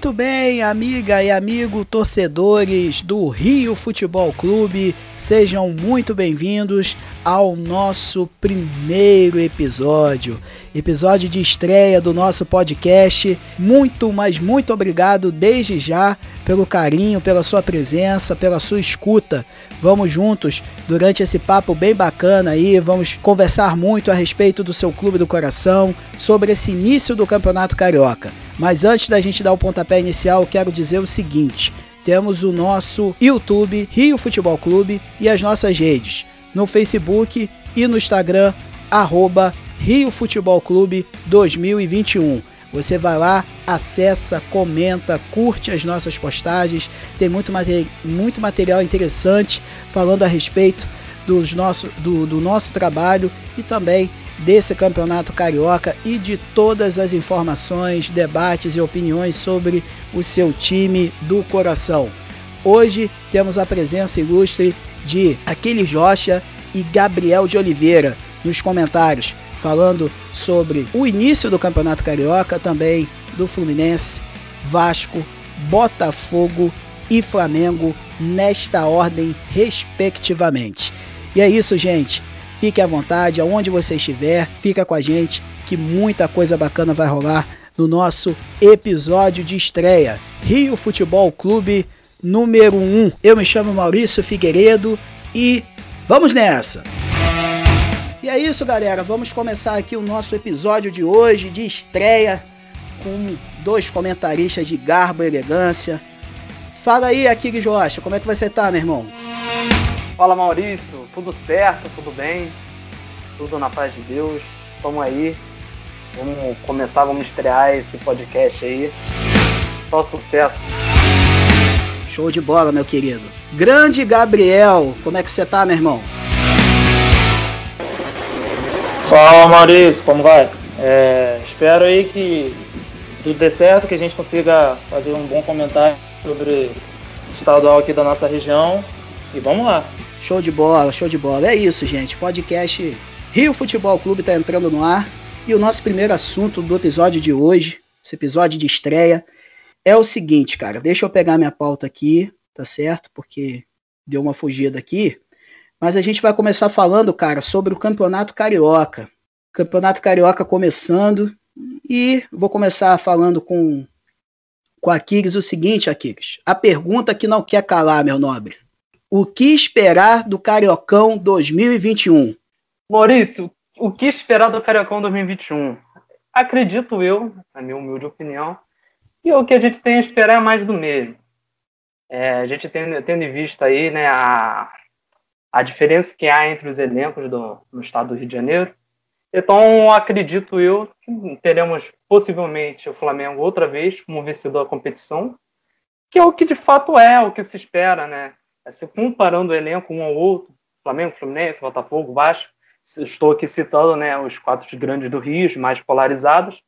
Muito bem, amiga e amigo, torcedores do Rio Futebol Clube, sejam muito bem-vindos ao nosso primeiro episódio de estreia do nosso podcast. Muito obrigado desde já pelo carinho, pela sua presença, pela sua escuta. Vamos juntos durante esse papo bem bacana aí, vamos conversar muito a respeito do seu clube do coração, sobre esse início do Campeonato Carioca. Mas antes da gente dar o pontapé inicial, eu quero dizer o seguinte: temos o nosso YouTube, Rio Futebol Clube, e as nossas redes, no Facebook e no Instagram, @Rio Futebol Clube 2021. Você vai lá, acessa, comenta, curte as nossas postagens, tem muito material interessante falando a respeito do nosso trabalho e também desse Campeonato Carioca e de todas as informações, debates e opiniões sobre o seu time do coração. Hoje temos a presença ilustre de Aquiles Rocha e Gabriel de Oliveira nos comentários, falando sobre o início do Campeonato Carioca, também do Fluminense, Vasco, Botafogo e Flamengo, nesta ordem respectivamente. E é isso, gente. Fique à vontade, aonde você estiver, fica com a gente, que muita coisa bacana vai rolar no nosso episódio de estreia. Rio Futebol Clube número 1. Eu me chamo Maurício Figueiredo e vamos nessa! E é isso, galera, vamos começar aqui o nosso episódio de hoje, de estreia, com dois comentaristas de garbo e elegância. Fala aí, Aquiles Rocha, como é que você tá, meu irmão? Fala, Maurício, tudo certo, tudo bem, tudo na paz de Deus, vamos aí, vamos estrear esse podcast aí, só sucesso. Show de bola, meu querido. Grande Gabriel, como é que você tá, meu irmão? Fala, Maurício, como vai? Espero aí que tudo dê certo, que a gente consiga fazer um bom comentário sobre o estadual aqui da nossa região e vamos lá. Show de bola. É isso, gente. Podcast Rio Futebol Clube tá entrando no ar e o nosso primeiro assunto do episódio de hoje, esse episódio de estreia, é o seguinte, cara. Deixa eu pegar minha pauta aqui, tá certo? Porque deu uma fugida aqui. Mas a gente vai começar falando, cara, sobre o Campeonato Carioca. Campeonato Carioca começando e vou começar falando com Aquiles o seguinte, Aquiles. A pergunta que não quer calar, meu nobre. O que esperar do Cariocão 2021? Maurício, o que esperar do Cariocão 2021? Acredito eu, na minha humilde opinião, que o que a gente tem a esperar é mais do mesmo. A gente tendo em vista aí, né, a diferença que há entre os elencos no estado do Rio de Janeiro. Então, acredito eu que teremos possivelmente o Flamengo outra vez como vencedor da competição, que é o que de fato é o que se espera, né? Se comparando o elenco um ao outro, Flamengo, Fluminense, Botafogo, Vasco, estou aqui citando, né, os quatro grandes do Rio, os mais polarizados,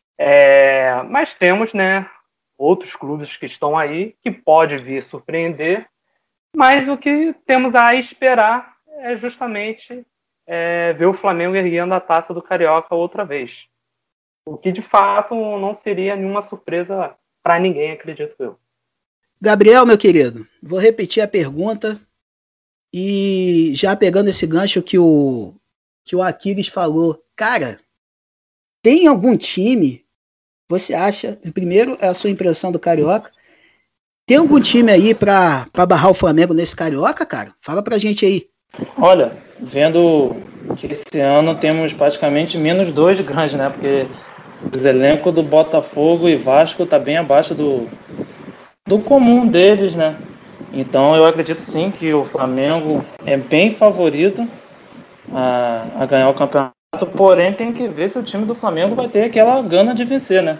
mas temos, né, outros clubes que estão aí, que pode vir surpreender, mas o que temos a esperar é justamente ver o Flamengo erguendo a taça do Carioca outra vez. O que de fato não seria nenhuma surpresa para ninguém, acredito eu. Gabriel, meu querido, vou repetir a pergunta e já pegando esse gancho que o Aquiles falou. Cara, tem algum time, você acha, primeiro é a sua impressão do Carioca, tem algum time aí pra barrar o Flamengo nesse Carioca, cara? Fala pra gente aí. Olha, vendo que esse ano temos praticamente menos dois grandes, né? Porque os elencos do Botafogo e Vasco tá bem abaixo do comum deles, né? Então eu acredito sim que o Flamengo é bem favorito a ganhar o campeonato, porém tem que ver se o time do Flamengo vai ter aquela gana de vencer, né?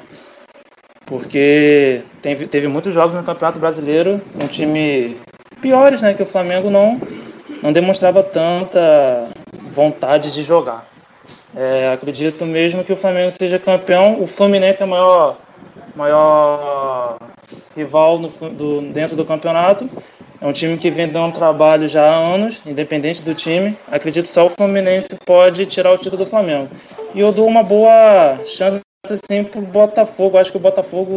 Porque teve muitos jogos no Campeonato Brasileiro com time piores, né? Que o Flamengo não demonstrava tanta vontade de jogar. Acredito mesmo que o Flamengo seja campeão. O Fluminense é o maior rival dentro do campeonato. É um time que vem dando trabalho já há anos, independente do time. Acredito só o Fluminense pode tirar o título do Flamengo. E eu dou uma boa chance sim pro Botafogo. Acho que o Botafogo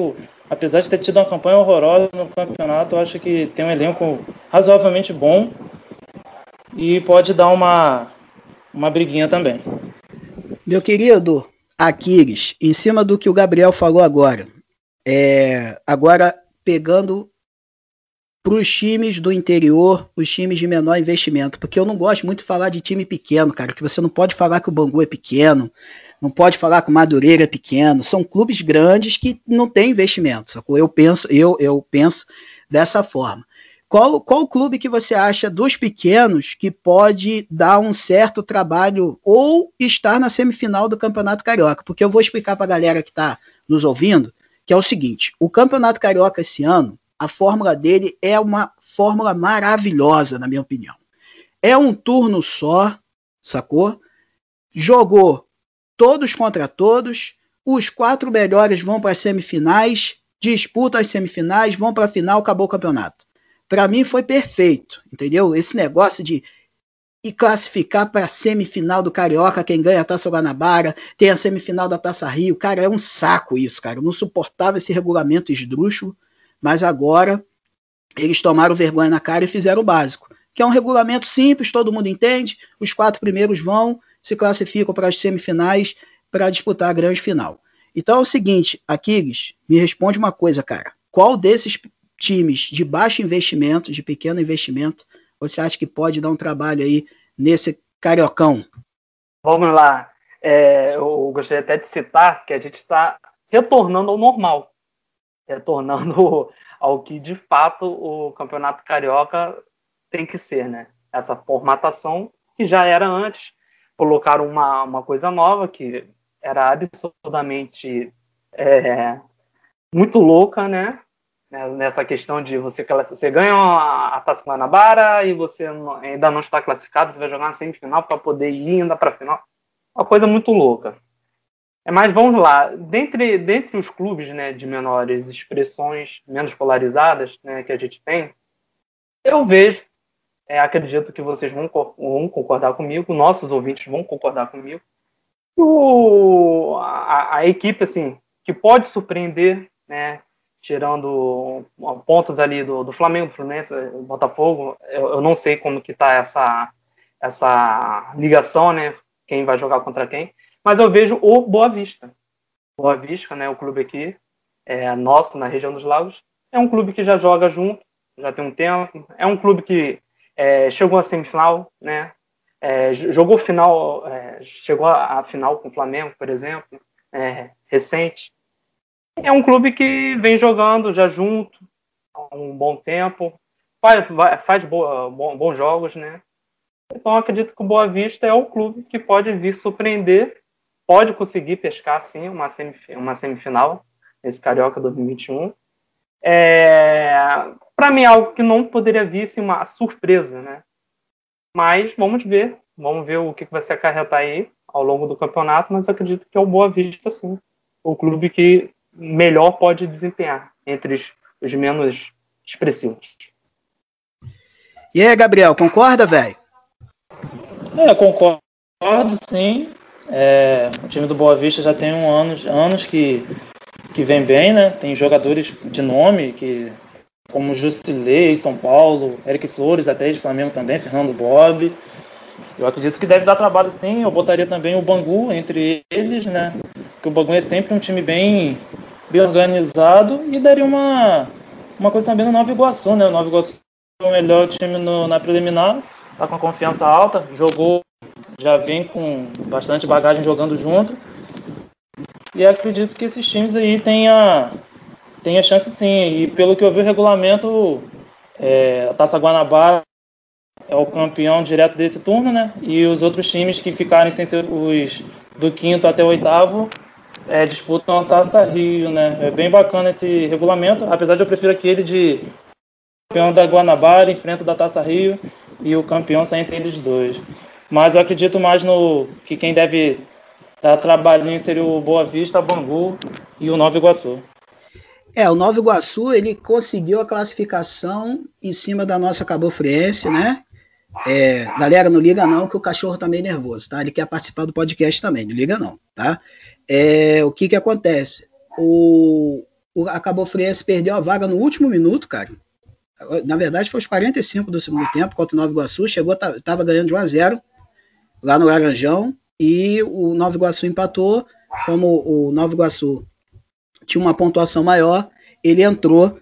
apesar de ter tido uma campanha horrorosa no campeonato, eu acho que tem um elenco razoavelmente bom e pode dar uma briguinha também. Meu querido Aquiles, em cima do que o Gabriel falou agora, agora pegando para os times do interior, os times de menor investimento, porque eu não gosto muito de falar de time pequeno, cara, que você não pode falar que o Bangu é pequeno, não pode falar que o Madureira é pequeno, são clubes grandes que não têm investimento, sacou? Eu penso dessa forma. Qual clube que você acha dos pequenos que pode dar um certo trabalho ou estar na semifinal do Campeonato Carioca? Porque eu vou explicar para a galera que está nos ouvindo, que é o seguinte, o Campeonato Carioca esse ano, a fórmula dele é uma fórmula maravilhosa, na minha opinião. É um turno só, sacou? Jogou todos contra todos, os 4 melhores vão para as semifinais, disputam as semifinais, vão para a final, acabou o campeonato. Para mim foi perfeito, entendeu? Esse negócio de ir classificar para a semifinal do Carioca, quem ganha a Taça Guanabara, tem a semifinal da Taça Rio, cara, é um saco isso, cara. Eu não suportava esse regulamento esdrúxulo, mas agora eles tomaram vergonha na cara e fizeram o básico, que é um regulamento simples, todo mundo entende, os 4 primeiros vão, se classificam para as semifinais para disputar a grande final. Então é o seguinte, Aquiles, me responde uma coisa, cara. Qual desses times de baixo investimento, de pequeno investimento, você acha que pode dar um trabalho aí nesse Cariocão? Vamos lá. Eu gostaria até de citar que a gente está retornando ao normal. Retornando ao que, de fato, o Campeonato Carioca tem que ser, né? Essa formatação que já era antes. Colocaram uma coisa nova que era absurdamente muito louca, né? Nessa questão de você ganha a Taça Guanabara e você ainda não está classificado, você vai jogar na semifinal para poder ir ainda para a final. Uma coisa muito louca. Mas vamos lá, dentre os clubes, né, de menores expressões, menos polarizadas, né, que a gente tem, eu vejo, acredito que vocês vão concordar comigo, nossos ouvintes vão concordar comigo, a equipe assim, que pode surpreender, né, tirando pontos ali do Flamengo, do Fluminense, do Botafogo, eu não sei como que está essa ligação, né, quem vai jogar contra quem, mas eu vejo o Boa Vista. Boa Vista, né, o clube aqui, nosso, na região dos Lagos, é um clube que já joga junto, já tem um tempo, é um clube que chegou à semifinal, né, jogou final, chegou à final com o Flamengo, por exemplo, recente. É um clube que vem jogando já junto há um bom tempo, faz bons jogos, né? Então, eu acredito que o Boa Vista é o clube que pode vir surpreender, pode conseguir pescar, sim, uma semifinal nesse Carioca 2021. Para mim, é algo que não poderia vir assim, uma surpresa, né? Mas vamos ver o que vai se acarretar aí ao longo do campeonato, mas eu acredito que é o Boa Vista, sim, o clube que melhor pode desempenhar entre os menos expressivos. E aí, Gabriel, concorda, velho? Concordo, sim. O time do Boa Vista já tem anos que vem bem, né? Tem jogadores de nome, como Jusilei, São Paulo, Eric Flores, até de Flamengo também, Fernando Bob. Eu acredito que deve dar trabalho, sim. Eu botaria também o Bangu entre eles, né? Porque o Bangu é sempre um time bem organizado e daria uma coisa também no Nova Iguaçu, né? O Nova Iguaçu é o melhor time na preliminar, tá com a confiança alta, já vem com bastante bagagem jogando junto. E acredito que esses times aí tenha chance, sim. E pelo que eu vi o regulamento, a Taça Guanabara é o campeão direto desse turno, né? E os outros times que ficarem sem ser os do 5º até o 8º disputam a Taça Rio, né? É bem bacana esse regulamento, apesar de eu prefiro aquele de campeão da Guanabara enfrenta da Taça Rio e o campeão sai entre eles dois. Mas eu acredito mais que quem deve dar trabalhinho seria o Boa Vista, Bangu e o Nova Iguaçu. O Nova Iguaçu, ele conseguiu a classificação em cima da nossa Cabo Friense, né? Galera, não liga não, que o cachorro tá meio nervoso, tá? Ele quer participar do podcast também, não liga não, tá? O que acontece? O a Cabo Friense perdeu a vaga no último minuto, cara. Na verdade, foi os 45 do segundo tempo, contra o Nova Iguaçu, estava ganhando de 1-0 lá no Laranjão, e o Nova Iguaçu empatou. Como o Nova Iguaçu tinha uma pontuação maior, ele entrou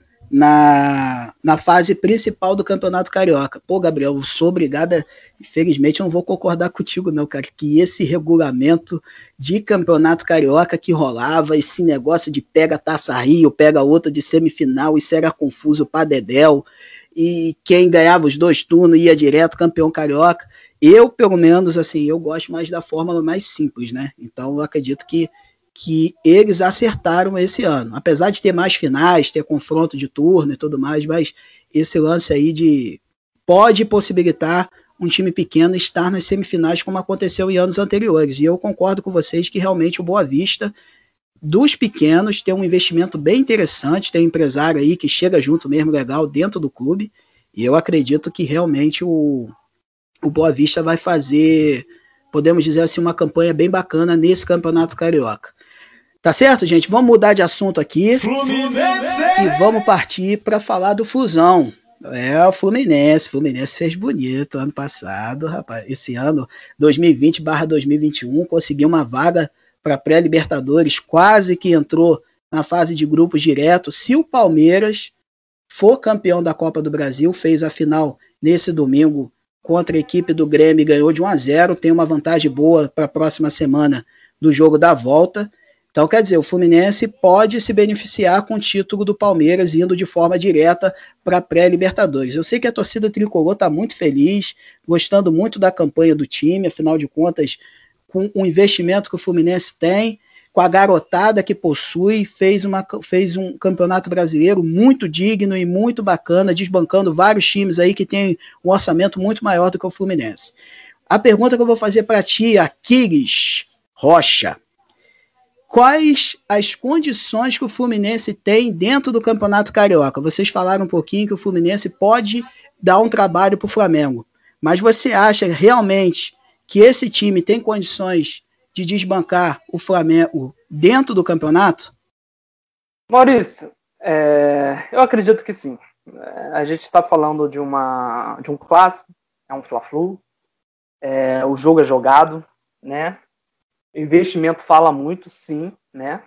na fase principal do Campeonato Carioca. Pô, Gabriel, eu sou obrigado, infelizmente eu não vou concordar contigo não, cara, que esse regulamento de Campeonato Carioca que rolava, esse negócio de pega Taça Rio, pega outra de semifinal, isso era confuso pra dedéu, e quem ganhava os 2 turnos ia direto campeão carioca. Eu, pelo menos, assim, eu gosto mais da fórmula mais simples, né? Então eu acredito que eles acertaram esse ano. Apesar de ter mais finais, ter confronto de turno e tudo mais, mas esse lance aí pode possibilitar um time pequeno estar nas semifinais, como aconteceu em anos anteriores. E eu concordo com vocês que realmente o Boa Vista, dos pequenos, tem um investimento bem interessante, tem um empresário aí que chega junto mesmo legal dentro do clube, e eu acredito que realmente o Boa Vista vai fazer, podemos dizer assim, uma campanha bem bacana nesse Campeonato Carioca. Tá certo, gente? Vamos mudar de assunto aqui Fluminense! E vamos partir para falar do Flusão. O Fluminense fez bonito ano passado, rapaz. Esse ano, 2020/2021, conseguiu uma vaga para pré-Libertadores, quase que entrou na fase de grupos direto. Se o Palmeiras for campeão da Copa do Brasil, fez a final nesse domingo contra a equipe do Grêmio e ganhou de 1-0, tem uma vantagem boa para a próxima semana do jogo da volta. Então, quer dizer, o Fluminense pode se beneficiar com o título do Palmeiras indo de forma direta para a pré-Libertadores. Eu sei que a torcida tricolor está muito feliz, gostando muito da campanha do time, afinal de contas, com o investimento que o Fluminense tem, com a garotada que possui, fez um campeonato brasileiro muito digno e muito bacana, desbancando vários times aí que têm um orçamento muito maior do que o Fluminense. A pergunta que eu vou fazer para ti, Aquiles Rocha: quais as condições que o Fluminense tem dentro do Campeonato Carioca? Vocês falaram um pouquinho que o Fluminense pode dar um trabalho para o Flamengo, mas você acha realmente que esse time tem condições de desbancar o Flamengo dentro do campeonato? Maurício, eu acredito que sim. A gente está falando de um clássico, é um Fla-Flu, o jogo é jogado, né? O investimento fala muito, sim, né?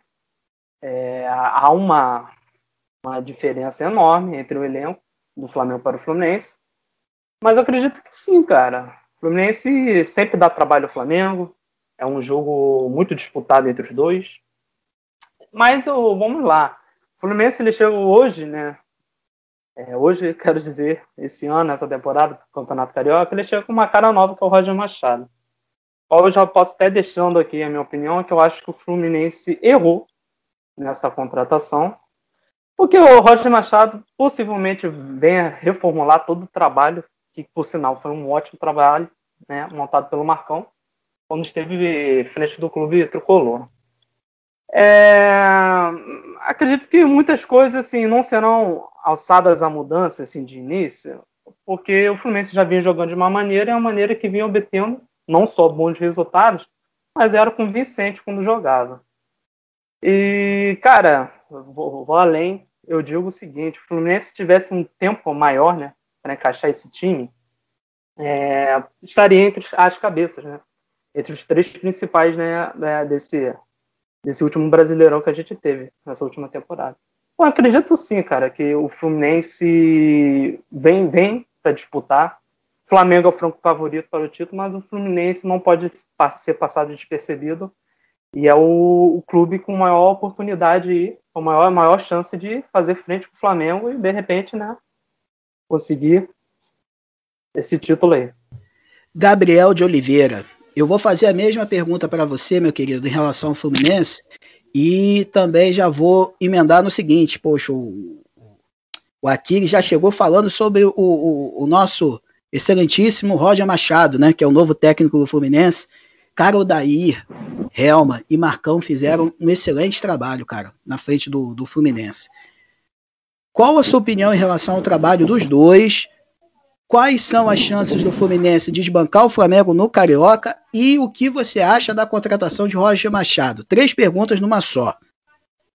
Há uma diferença enorme entre o elenco do Flamengo para o Fluminense, mas eu acredito que sim, cara. O Fluminense sempre dá trabalho ao Flamengo, é um jogo muito disputado entre os dois, mas vamos lá. O Fluminense ele chegou hoje, né? Hoje, quero dizer, esse ano, essa temporada do Campeonato Carioca, ele chega com uma cara nova, que é o Roger Machado. Eu já posso até deixando aqui a minha opinião, que eu acho que o Fluminense errou nessa contratação, porque o Roger Machado possivelmente venha reformular todo o trabalho, que por sinal foi um ótimo trabalho, né, montado pelo Marcão, quando esteve frente do clube tricolor. Acredito que muitas coisas assim, não serão alçadas à mudança assim, de início, porque o Fluminense já vinha jogando de uma maneira, e uma maneira que vinha obtendo não só bons resultados, mas era convincente quando jogava. E, cara, vou além, eu digo o seguinte: o Fluminense, se tivesse um tempo maior, né, para encaixar esse time, estaria entre as cabeças, né, entre os 3 principais, né, desse último Brasileirão que a gente teve, nessa última temporada. Eu acredito sim, cara, que o Fluminense vem para disputar. O Flamengo é o franco favorito para o título, mas o Fluminense não pode ser passado despercebido, e é o clube com maior oportunidade e a maior chance de fazer frente com o Flamengo e, de repente, né, conseguir esse título aí. Gabriel de Oliveira, eu vou fazer a mesma pergunta para você, meu querido, em relação ao Fluminense, e também já vou emendar no seguinte: poxa, o Aquiles já chegou falando sobre o nosso excelentíssimo Roger Machado, né, que é o novo técnico do Fluminense. Cara, o Dair, Helma e Marcão fizeram um excelente trabalho, cara, na frente do Fluminense. Qual a sua opinião em relação ao trabalho dos dois? Quais são as chances do Fluminense de desbancar o Flamengo no Carioca? E o que você acha da contratação de Roger Machado? 3 perguntas numa só.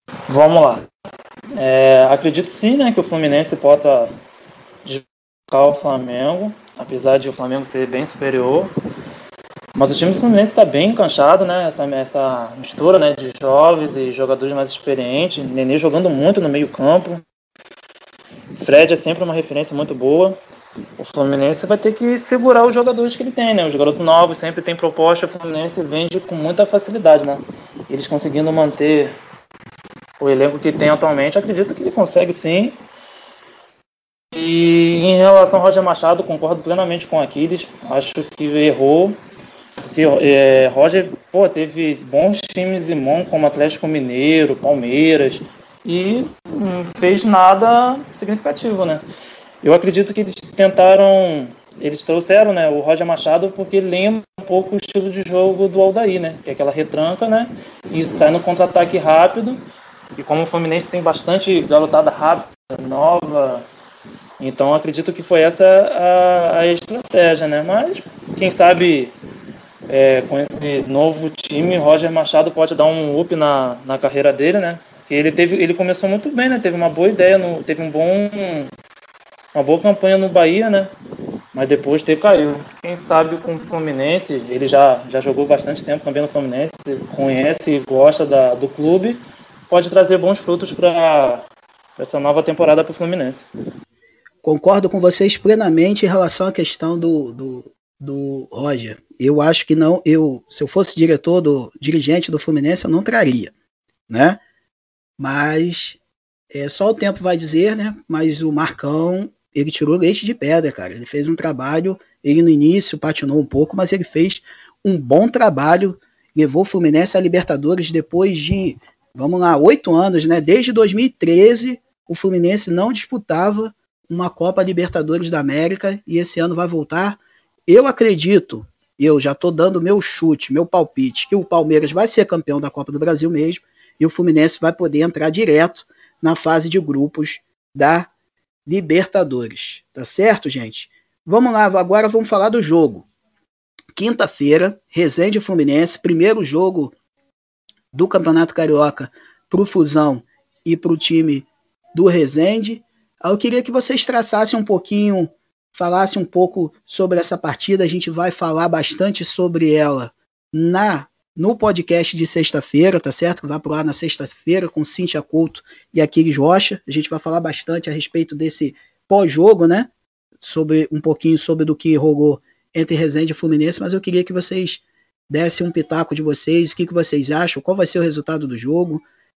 Vamos lá. Acredito sim, né, que o Fluminense possa desbancar o Flamengo, apesar de o Flamengo ser bem superior. Mas o time do Fluminense está bem encaixado, né? Essa mistura, né, de jovens e jogadores mais experientes. Nenê jogando muito no meio-campo. Fred é sempre uma referência muito boa. O Fluminense vai ter que segurar os jogadores que ele tem, né? Os garotos novos sempre tem proposta. O Fluminense vende com muita facilidade, né? Eles conseguindo manter o elenco que tem atualmente, acredito que ele consegue sim. E em relação ao Roger Machado, concordo plenamente com o Aquiles. Acho que errou. Porque Roger teve bons times em mão, como Atlético Mineiro, Palmeiras, e não fez nada significativo, né? Eu acredito que eles trouxeram, né, o Roger Machado porque lembra um pouco o estilo de jogo do Aldair, né? Que é aquela retranca, né? E sai no contra-ataque rápido. E como o Fluminense tem bastante garotada rápida, nova, então acredito que foi essa a estratégia, né? Mas quem sabe com esse novo time, Roger Machado pode dar um up na carreira dele, né? Porque ele começou muito bem, né? Teve uma boa ideia, teve uma boa campanha no Bahia, né? Mas depois caiu. Quem sabe com o Fluminense, ele já jogou bastante tempo também no Fluminense, conhece e gosta do clube, pode trazer bons frutos para essa nova temporada para o Fluminense. Concordo com vocês plenamente em relação à questão do Roger. Eu acho que não, se eu fosse dirigente do Fluminense, eu não traria, né? Mas só o tempo vai dizer, né? Mas o Marcão, ele tirou leite de pedra, cara. Ele fez um trabalho, ele no início patinou um pouco, mas ele fez um bom trabalho, levou o Fluminense à Libertadores depois de, 8 anos, né? Desde 2013, o Fluminense não disputava uma Copa Libertadores da América e esse ano vai voltar. Eu acredito, eu já estou dando meu chute, meu palpite, que o Palmeiras vai ser campeão da Copa do Brasil mesmo e o Fluminense vai poder entrar direto na fase de grupos da Libertadores. Tá certo, gente? Vamos lá, agora vamos falar do jogo. Quinta-feira, Resende e Fluminense, primeiro jogo do Campeonato Carioca para o Fusão e para o time do Resende. Eu queria que vocês traçassem um pouquinho, falassem um pouco sobre essa partida. A gente vai falar bastante sobre ela no podcast de sexta-feira, tá certo? Vai pro ar na sexta-feira com Cíntia Couto e Aquiles Rocha. A gente vai falar bastante a respeito desse pós-jogo, né? Um pouquinho sobre do que rolou entre Resende e Fluminense, mas eu queria que vocês dessem um pitaco de vocês, o que vocês acham, qual vai ser o resultado do jogo.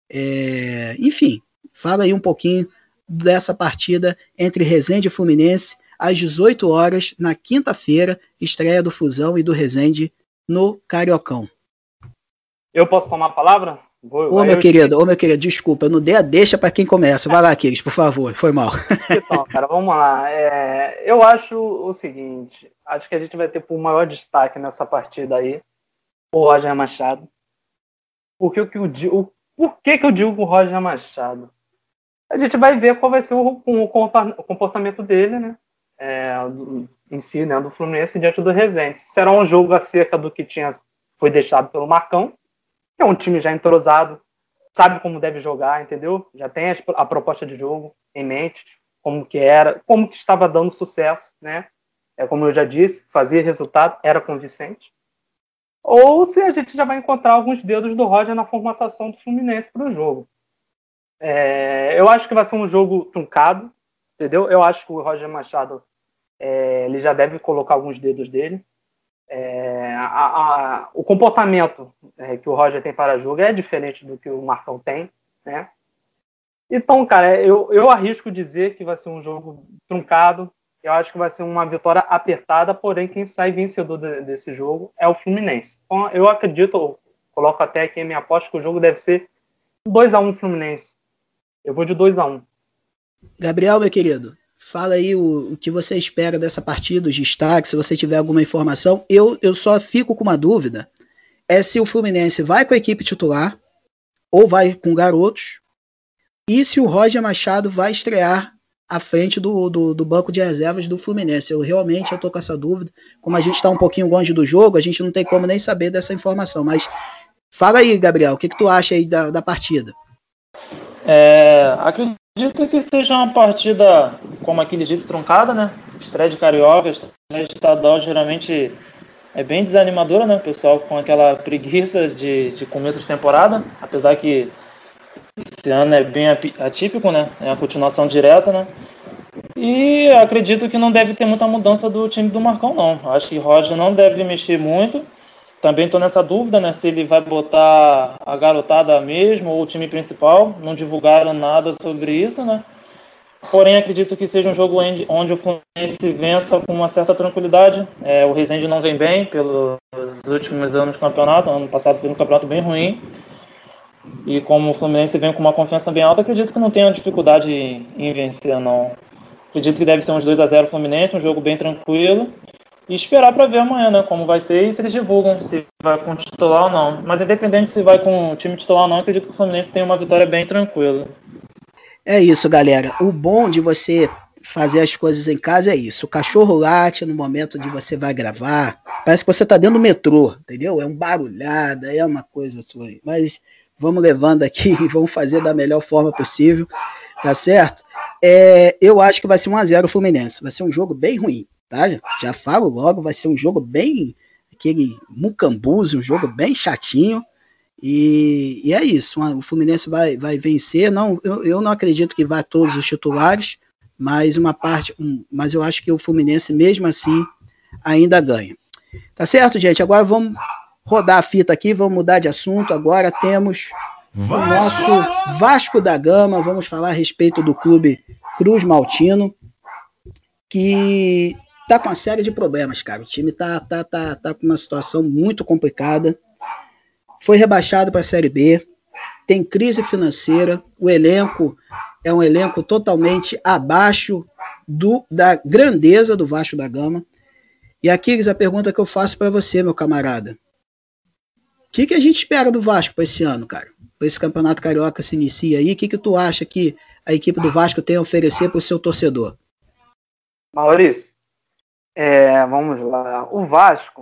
Enfim, fala aí um pouquinho dessa partida entre Resende e Fluminense, às 18 horas, na quinta-feira, estreia do Fusão e do Resende no Cariocão. Eu posso tomar a palavra? Meu querido, desculpa, eu não dei a deixa para quem começa. Vai lá, Aquiles, por favor, foi mal. Então, cara, vamos lá. Eu acho o seguinte, acho que a gente vai ter por maior destaque nessa partida aí o Roger Machado. Por que eu digo o Roger Machado? A gente vai ver qual vai ser o comportamento dele, né? Em si, né? Do Fluminense diante do Resende. Será um jogo acerca do que foi deixado pelo Marcão, que é um time já entrosado, sabe como deve jogar, entendeu? Já tem a proposta de jogo em mente, como que estava dando sucesso, né? Como eu já disse, fazia resultado, era convincente. Ou se a gente já vai encontrar alguns dedos do Roger na formatação do Fluminense para o jogo. Eu acho que vai ser um jogo truncado, entendeu? Eu acho que o Roger Machado ele já deve colocar alguns dedos dele. O comportamento que o Roger tem para jogo é diferente do que o Marcão tem, né? Então, cara, eu arrisco dizer que vai ser um jogo truncado. Eu acho que vai ser uma vitória apertada, porém quem sai vencedor desse jogo é o Fluminense. Então, eu acredito, coloco até aqui a minha aposta que o jogo deve ser 2-1 Fluminense. Eu vou de 2-1. Gabriel, meu querido, fala aí o que você espera dessa partida, os destaques, se você tiver alguma informação. Eu só fico com uma dúvida, se o Fluminense vai com a equipe titular ou vai com garotos, e se o Roger Machado vai estrear à frente do banco de reservas do Fluminense. Eu tô com essa dúvida. Como a gente está um pouquinho longe do jogo, a gente não tem como nem saber dessa informação. Mas fala aí, Gabriel, o que tu acha aí da partida? Acredito que seja uma partida, como Aquiles disse, truncada, né? Estreia de Carioca, estreia de estadual geralmente é bem desanimadora, né? O pessoal com aquela preguiça de começo de temporada, apesar que esse ano é bem atípico, né? É a continuação direta, né? E acredito que não deve ter muita mudança do time do Marcão, não. Acho que Roger não deve mexer muito. Também estou nessa dúvida, né? Se ele vai botar a garotada mesmo ou o time principal. Não divulgaram nada sobre isso, né? Porém, acredito que seja um jogo onde o Fluminense vença com uma certa tranquilidade. O Rezende não vem bem pelos últimos anos do campeonato. Ano passado foi um campeonato bem ruim. E como o Fluminense vem com uma confiança bem alta, acredito que não tenha dificuldade em vencer, não. Acredito que deve ser uns 2-0 Fluminense, um jogo bem tranquilo. E esperar para ver amanhã, né, como vai ser e se eles divulgam se vai com o titular ou não. Mas independente se vai com o time titular ou não, acredito que o Fluminense tem uma vitória bem tranquila. É isso, galera. O bom de você fazer as coisas em casa é isso. O cachorro late no momento de você vai gravar. Parece que você tá dentro do metrô, entendeu? É um barulhada, é uma coisa sua. Mas vamos levando aqui e vamos fazer da melhor forma possível, tá certo? Eu acho que vai ser 1-0 o Fluminense. Vai ser um jogo bem ruim, tá? Já falo logo, vai ser um jogo bem aquele mucambuzo, um jogo bem chatinho. E é isso, o Fluminense vai vencer. Não, eu não acredito que vá todos os titulares, mas mas eu acho que o Fluminense mesmo assim ainda ganha. Tá certo, gente? Agora vamos rodar a fita aqui, vamos mudar de assunto. Agora temos o nosso Vasco da Gama. Vamos falar a respeito do clube Cruz Maltino, que tá com uma série de problemas, cara. O time tá com uma situação muito complicada. Foi rebaixado para a Série B, tem crise financeira, o elenco é um elenco totalmente abaixo da grandeza do Vasco da Gama. E aqui, a pergunta que eu faço para você, meu camarada. O que a gente espera do Vasco para esse ano, cara? Para esse campeonato carioca se inicia aí, o que tu acha que a equipe do Vasco tem a oferecer para o seu torcedor? Maurício, vamos lá. O Vasco,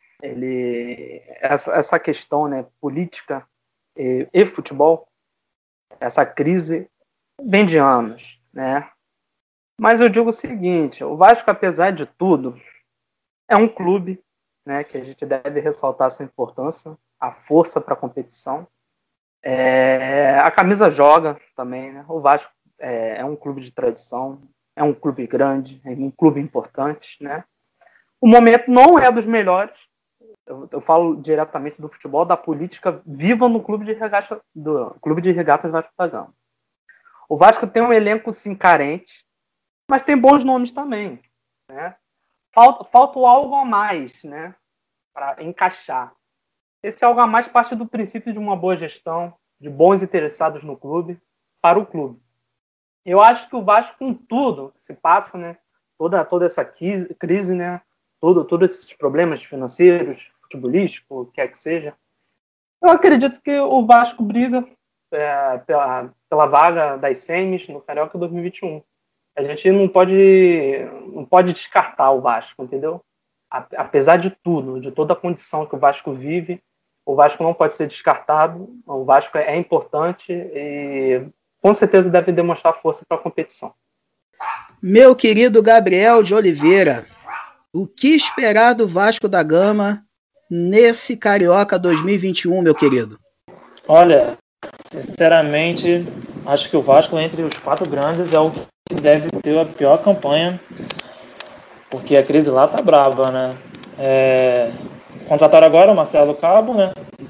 essa questão, né, política e futebol, essa crise vem de anos, né? Mas eu digo o seguinte: o Vasco, apesar de tudo, é um clube, né, que a gente deve ressaltar sua importância, a força para a competição. A camisa joga também, né? O Vasco é um clube de tradição, é um clube grande, é um clube importante, né? O momento não é dos melhores. Eu falo diretamente do futebol, da política viva no clube de regatas Vasco da Gama. O Vasco tem um elenco, sim, carente, mas tem bons nomes também, né? Falta algo a mais, né, para encaixar. Esse algo a mais parte do princípio de uma boa gestão, de bons interessados no clube, para o clube. Eu acho que o Vasco, com tudo que se passa, né, toda essa crise, né, todos esses problemas financeiros, futebolístico, o que é que seja, eu acredito que o Vasco briga pela vaga das semis no Carioca 2021. A gente não pode descartar o Vasco, entendeu? Apesar de tudo, de toda a condição que o Vasco vive, o Vasco não pode ser descartado. O Vasco é importante e com certeza deve demonstrar força para a competição. Meu querido Gabriel de Oliveira, o que esperar do Vasco da Gama nesse Carioca 2021, meu querido? Olha, sinceramente, acho que o Vasco, entre os 4 grandes, é o que deve ter a pior campanha, porque a crise lá tá brava, né? Contrataram agora o Marcelo Cabo, né?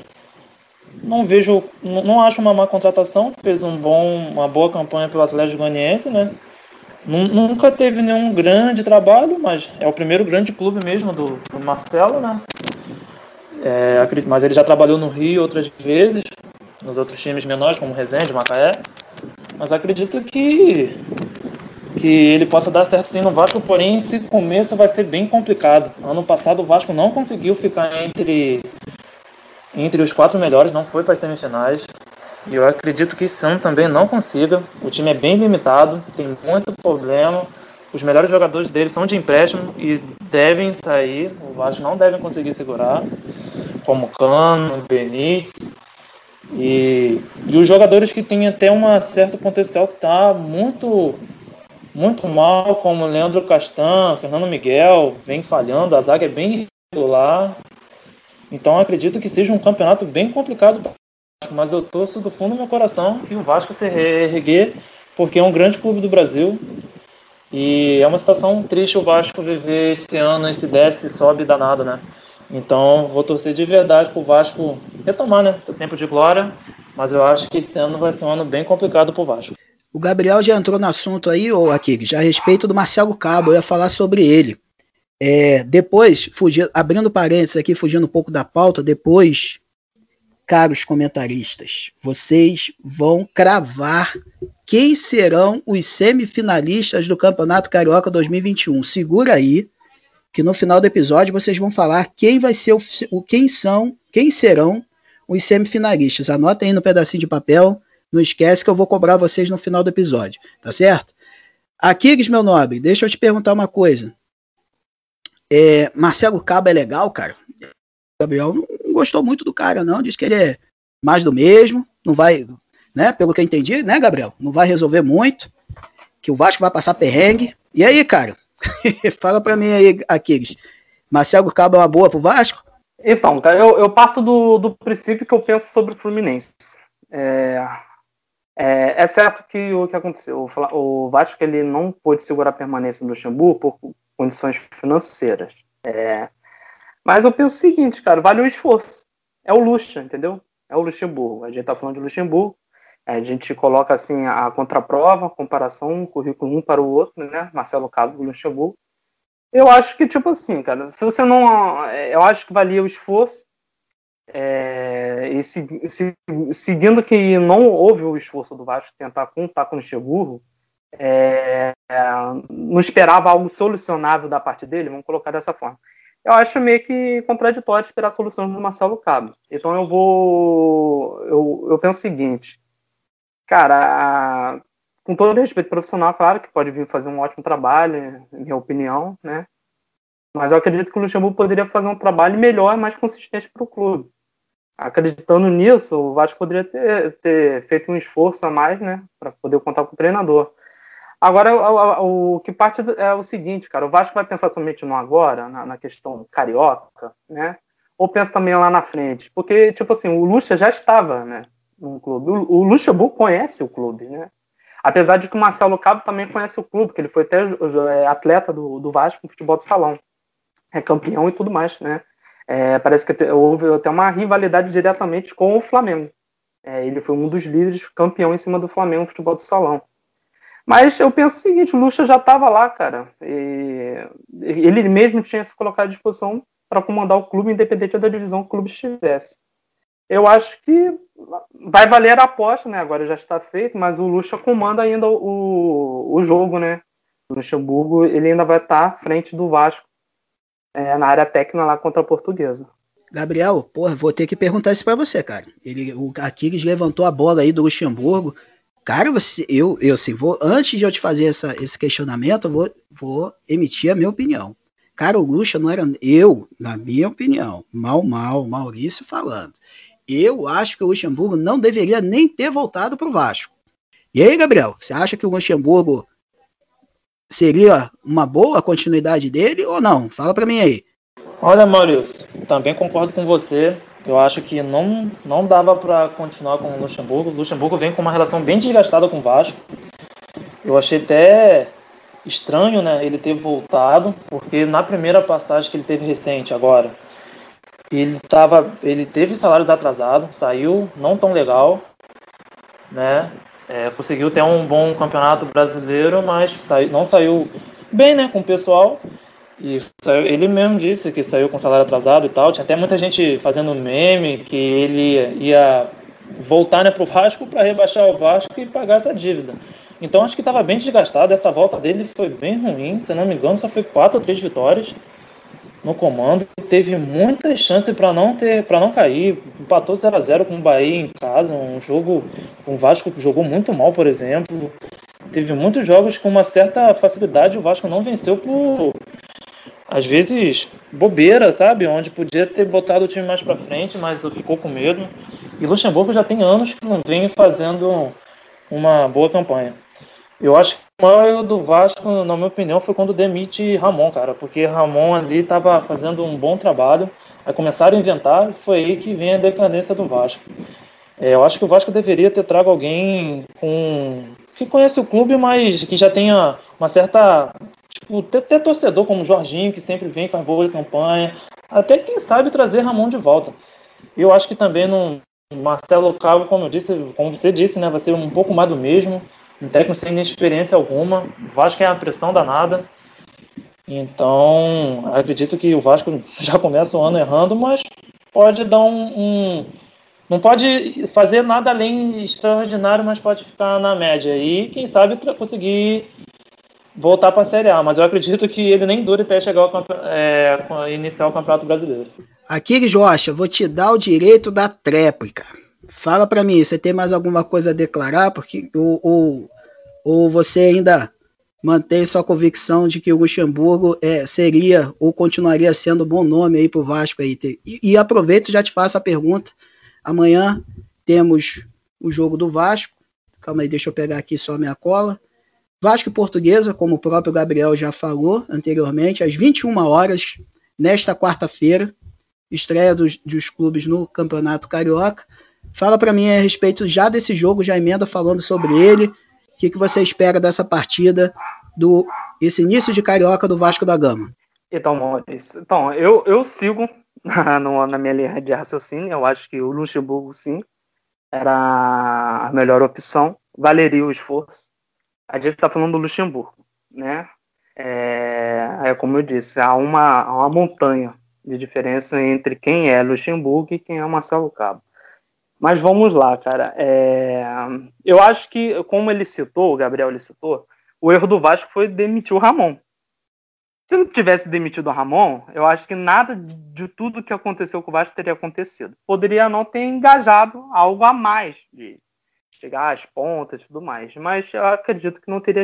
Não acho uma má contratação, fez uma boa campanha pelo Atlético Goianiense, né? Nunca teve nenhum grande trabalho, mas é o primeiro grande clube mesmo do Marcelo, né? Mas ele já trabalhou no Rio outras vezes, nos outros times menores, como Resende, Macaé. Mas acredito que ele possa dar certo sim no Vasco, porém esse começo vai ser bem complicado. Ano passado o Vasco não conseguiu ficar entre os 4 melhores, não foi para as semifinais. E eu acredito que esse ano também não consiga. O time é bem limitado, tem muito problema. Os melhores jogadores dele são de empréstimo e devem sair. O Vasco não deve conseguir segurar, como Cano, Benítez. E E os jogadores que têm até um certo potencial tá muito, muito mal, como Leandro Castan, Fernando Miguel, vem falhando, a zaga é bem irregular. Então acredito que seja um campeonato bem complicado para o Vasco, mas eu torço do fundo do meu coração que o Vasco se reerguer, porque é um grande clube do Brasil. E é uma situação triste o Vasco viver esse ano, esse desce e sobe danado, né? Então vou torcer de verdade pro Vasco retomar, né? Seu tempo de glória, mas eu acho que esse ano vai ser um ano bem complicado pro Vasco. O Gabriel já entrou no assunto aí, ô Aquiles, já a respeito do Marcelo Cabo, eu ia falar sobre ele. Depois, abrindo parênteses aqui, fugindo um pouco da pauta, depois, caros comentaristas, vocês vão cravar quem serão os semifinalistas do Campeonato Carioca 2021. Segura aí, que no final do episódio vocês vão falar quem vai ser quem serão os semifinalistas. Anotem aí no pedacinho de papel, não esquece que eu vou cobrar vocês no final do episódio, tá certo? Aquiles, meu nobre, deixa eu te perguntar uma coisa. Marcelo Cabo é legal, cara? O Gabriel não gostou muito do cara, não. Diz que ele é mais do mesmo. Não vai, né? Pelo que eu entendi, né, Gabriel? Não vai resolver muito. Que o Vasco vai passar perrengue. E aí, cara? Fala pra mim aí, Aquiles. Marcelo Cabo é uma boa pro Vasco? Então, cara, eu parto do princípio que eu penso sobre o Fluminense. É certo que o que aconteceu, o Vasco ele não pôde segurar a permanência no Luxemburgo por condições financeiras. Mas eu penso o seguinte, cara, vale o esforço. É o Luxa, entendeu? É o Luxemburgo. A gente tá falando de Luxemburgo, a gente coloca assim a contraprova, comparação, um currículo um para o outro, né? Marcelo Cabo e Luxemburgo. Eu acho que, tipo assim, cara, se você não... Eu acho que valia o esforço, seguindo que não houve o esforço do Vasco tentar contar com o Luxemburgo, não esperava algo solucionável da parte dele, vamos colocar dessa forma. Eu acho meio que contraditório esperar soluções do Marcelo Cabo. Então eu penso o seguinte, cara, com todo respeito profissional, claro que pode vir fazer um ótimo trabalho, minha opinião, né? Mas eu acredito que o Luxemburgo poderia fazer um trabalho melhor, mais consistente para o clube. Acreditando nisso, o Vasco poderia ter feito um esforço a mais, né, para poder contar com o treinador. Agora, o que parte é o seguinte, cara, o Vasco vai pensar somente no agora, na questão carioca, né, ou pensa também lá na frente? Porque, tipo assim, o Lucha já estava, né, no clube. O Luxemburgo conhece o clube, né, apesar de que o Marcelo Cabo também conhece o clube, que ele foi até atleta do Vasco no futebol de salão, é campeão e tudo mais, né. Parece que houve até uma rivalidade diretamente com o Flamengo. Ele foi um dos líderes, campeão em cima do Flamengo no futebol de salão. Mas eu penso o seguinte, o Lucha já estava lá, cara. Ele mesmo tinha se colocado à disposição para comandar o clube, independente da divisão que o clube estivesse. Eu acho que vai valer a aposta, né? Agora já está feito, mas o Lucha comanda ainda o jogo, né? O Luxemburgo, ele ainda vai estar à frente do Vasco na área técnica lá contra a Portuguesa. Gabriel, porra, vou ter que perguntar isso pra você, cara. O Aquiles levantou a bola aí do Luxemburgo. Cara, eu assim, antes de eu te fazer esse questionamento, eu vou emitir a minha opinião. Cara, o Luxa não era, na minha opinião, Maurício falando. Eu acho que o Luxemburgo não deveria nem ter voltado pro Vasco. E aí, Gabriel, você acha que o Luxemburgo seria uma boa continuidade dele ou não? Fala pra mim aí. Olha, Maurício, também concordo com você. Eu acho que não dava para continuar com o Luxemburgo. O Luxemburgo vem com uma relação bem desgastada com o Vasco. Eu achei até estranho, né, ele ter voltado, porque na primeira passagem que ele teve recente agora, ele teve salários atrasados, saiu não tão legal, né? Conseguiu ter um bom campeonato brasileiro, mas não saiu bem, né, com o pessoal. E ele mesmo disse que saiu com salário atrasado e tal. Tinha até muita gente fazendo meme que ele ia voltar, né, pro Vasco para rebaixar o Vasco e pagar essa dívida. Então acho que estava bem desgastado. Essa volta dele foi bem ruim. Se eu não me engano, só foi 4 ou 3 vitórias no comando. Teve muitas chances para não cair. Empatou 0-0 com o Bahia em casa. Um jogo, o Vasco jogou muito mal, por exemplo. Teve muitos jogos com uma certa facilidade. O Vasco não venceu às vezes, bobeira, sabe? Onde podia ter botado o time mais pra frente, mas ficou com medo. E Luxemburgo já tem anos que não vem fazendo uma boa campanha. Eu acho que o maior erro do Vasco, na minha opinião, foi quando demite Ramon, cara. Porque Ramon ali estava fazendo um bom trabalho. Aí começaram a inventar e foi aí que vem a decadência do Vasco. Eu acho que o Vasco deveria ter trago alguém que conhece o clube, mas que já tenha uma certa... Tipo, ter torcedor como o Jorginho, que sempre vem com as boas campanhas. Até quem sabe trazer Ramon de volta. Eu acho que também Marcelo Cabo, como você disse, né, vai ser um pouco mais do mesmo. Um técnico sem experiência alguma. O Vasco é uma pressão danada. Então, acredito que o Vasco já começa o ano errando, mas pode dar não pode fazer nada além extraordinário, mas pode ficar na média. E, quem sabe, conseguir voltar para a Série A. Mas eu acredito que ele nem dure até chegar iniciar o Campeonato Brasileiro. Aquiles Rocha, vou te dar o direito da tréplica. Fala para mim, você tem mais alguma coisa a declarar? Porque ou você ainda mantém sua convicção de que o Luxemburgo seria ou continuaria sendo um bom nome aí pro Vasco aí? E aproveito e já te faço a pergunta. Amanhã temos o jogo do Vasco. Calma aí, deixa eu pegar aqui só a minha cola. Vasco e Portuguesa, como o próprio Gabriel já falou anteriormente, às 21 horas, nesta quarta-feira, estreia dos clubes no Campeonato Carioca. Fala para mim a respeito já desse jogo, já emenda falando sobre ele. O que você espera dessa partida, esse início de Carioca do Vasco da Gama? Então, Maurício, eu sigo na minha linha de raciocínio. Eu acho que o Luxemburgo, sim, era a melhor opção. Valeria o esforço. A gente está falando do Luxemburgo, né? Como eu disse, há uma montanha de diferença entre quem é Luxemburgo e quem é Marcelo Cabo. Mas vamos lá, cara. Eu acho que, como o Gabriel citou, o erro do Vasco foi demitir o Ramon. Se não tivesse demitido o Ramon, eu acho que nada de tudo que aconteceu com o Vasco teria acontecido. Poderia não ter engajado algo a mais, de chegar às pontas e tudo mais. Mas eu acredito que não teria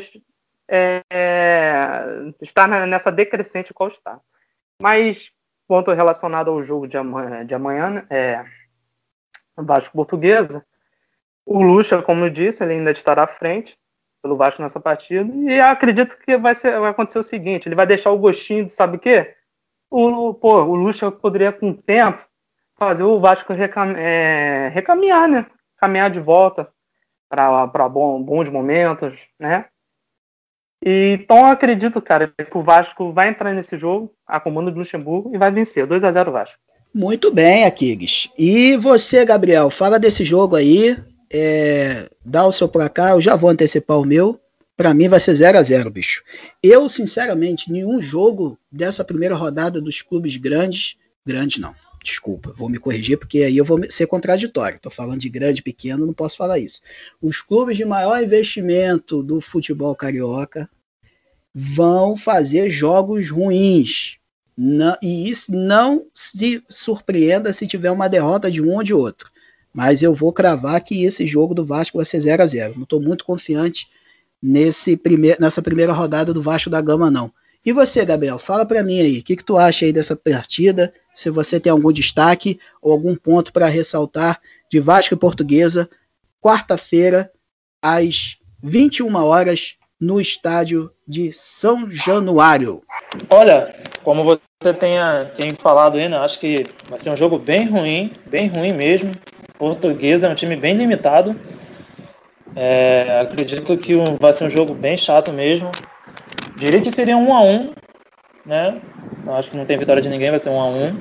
estar nessa decrescente qual está. Mas, ponto relacionado ao jogo de amanhã, Vasco Portuguesa, o Lucha, como eu disse, ele ainda estará à frente pelo Vasco nessa partida, e acredito que vai acontecer o seguinte: ele vai deixar o gostinho de, sabe o quê? O Lucha poderia, com o tempo, fazer o Vasco recaminhar, né? Caminhar de volta para bons momentos, né? Então, eu acredito, cara, que o Vasco vai entrar nesse jogo, a comando de Luxemburgo, e vai vencer, 2-0 Vasco. Muito bem, Aquiles. E você, Gabriel, fala desse jogo aí, dá o seu placar, eu já vou antecipar o meu. Pra mim vai ser 0-0, bicho. Eu, sinceramente, nenhum jogo dessa primeira rodada dos clubes grandes não, desculpa, vou me corrigir porque aí eu vou ser contraditório. Tô falando de grande, pequeno, não posso falar isso. Os clubes de maior investimento do futebol carioca vão fazer jogos ruins. E isso não se surpreenda se tiver uma derrota de um ou de outro. Mas eu vou cravar que esse jogo do Vasco vai ser 0-0. Não estou muito confiante nessa primeira rodada do Vasco da Gama, não. E você, Gabriel, fala para mim aí, o que tu acha aí dessa partida? Se você tem algum destaque ou algum ponto para ressaltar de Vasco e Portuguesa, quarta-feira, às 21 horas, no estádio de São Januário. Olha, como você tem falado aí, né? Acho que vai ser um jogo bem ruim mesmo. Portuguesa é um time bem limitado. Acredito que vai ser um jogo bem chato mesmo. Diria que seria 1-1, né? Acho que não tem vitória de ninguém, vai ser 1-1.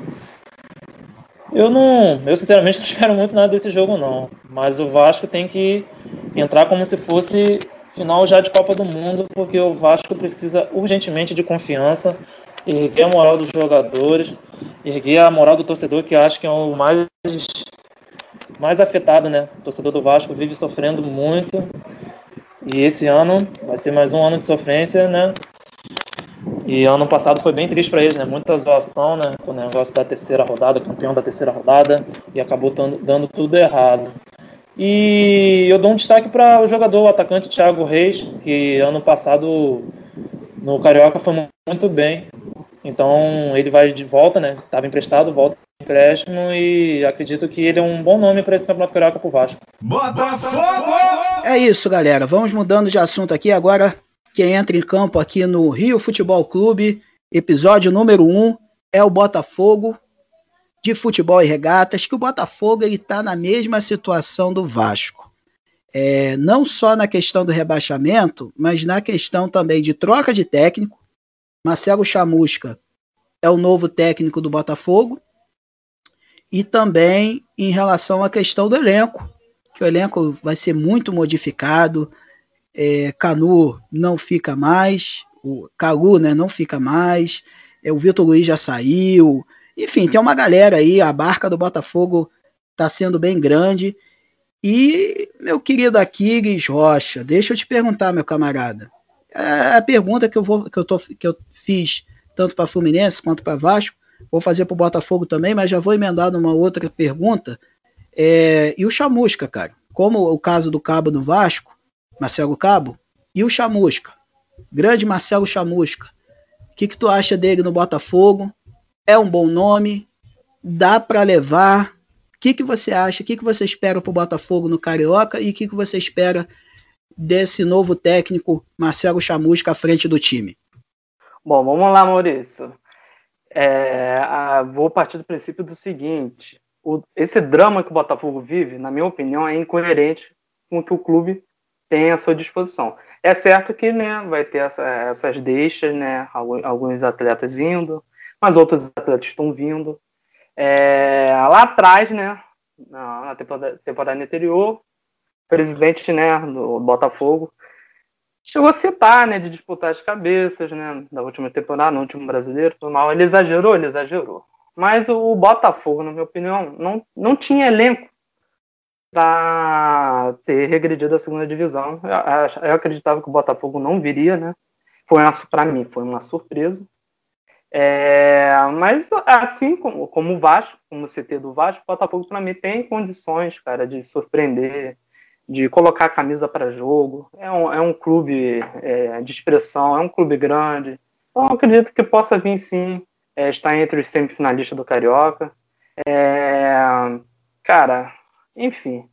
Eu sinceramente não espero muito nada desse jogo, não. Mas o Vasco tem que entrar como se fosse final já de Copa do Mundo, porque o Vasco precisa urgentemente de confiança, erguer a moral dos jogadores, erguer a moral do torcedor, que acho que é o mais afetado, né? O torcedor do Vasco vive sofrendo muito, e esse ano vai ser mais um ano de sofrência, né? E ano passado foi bem triste para eles, né? Muita zoação, né? O negócio da terceira rodada, campeão da terceira rodada, e acabou dando tudo errado. E eu dou um destaque para o atacante Thiago Reis, que ano passado no Carioca foi muito bem. Então ele vai de volta, né? Estava emprestado, volta de empréstimo e acredito que ele é um bom nome para esse Campeonato Carioca pro Vasco. Botafogo! É isso, galera. Vamos mudando de assunto aqui. Agora, quem entra em campo aqui no Rio Futebol Clube, episódio número 1, é o Botafogo de Futebol e Regatas, que o Botafogo está na mesma situação do Vasco. Não só na questão do rebaixamento, mas na questão também de troca de técnico. Marcelo Chamusca é o novo técnico do Botafogo. E também em relação à questão do elenco, que o elenco vai ser muito modificado. Canu não fica mais, o Calu, né, não fica mais, o Vitor Luiz já saiu. Enfim, tem uma galera aí, a barca do Botafogo está sendo bem grande. E, meu querido Aquiles Rocha, deixa eu te perguntar, meu camarada. A pergunta que eu fiz tanto para Fluminense quanto para Vasco, vou fazer para o Botafogo também, mas já vou emendar numa outra pergunta. E o Chamusca, cara? Como o caso do Cabo do Vasco, Marcelo Cabo, e o Chamusca, grande Marcelo Chamusca. O que tu acha dele no Botafogo? É um bom nome? Dá para levar? O que você acha? O que você espera para o Botafogo no Carioca? E o que você espera desse novo técnico Marcelo Chamusca à frente do time? Bom, vamos lá, Maurício. Vou partir do princípio do seguinte: esse drama que o Botafogo vive, na minha opinião, é incoerente com o que o clube tem à sua disposição. É certo que, né, vai ter essas deixas, né, alguns atletas indo, mas outros atletas estão vindo. Lá atrás, né, na temporada anterior, o presidente, né, do Botafogo chegou a citar, né, de disputar as cabeças, né, da última temporada, no último brasileiro, tudo mal. Ele exagerou. Mas o Botafogo, na minha opinião, não tinha elenco para ter regredido a segunda divisão. Eu acreditava que o Botafogo não viria, né? Para mim, foi uma surpresa. Mas assim como o Vasco, como o CT do Vasco, o Botafogo para mim tem condições, cara, de surpreender, de colocar a camisa para jogo. É um clube de expressão, é um clube grande. Então eu acredito que possa vir sim, estar entre os semifinalistas do Carioca. Cara, enfim.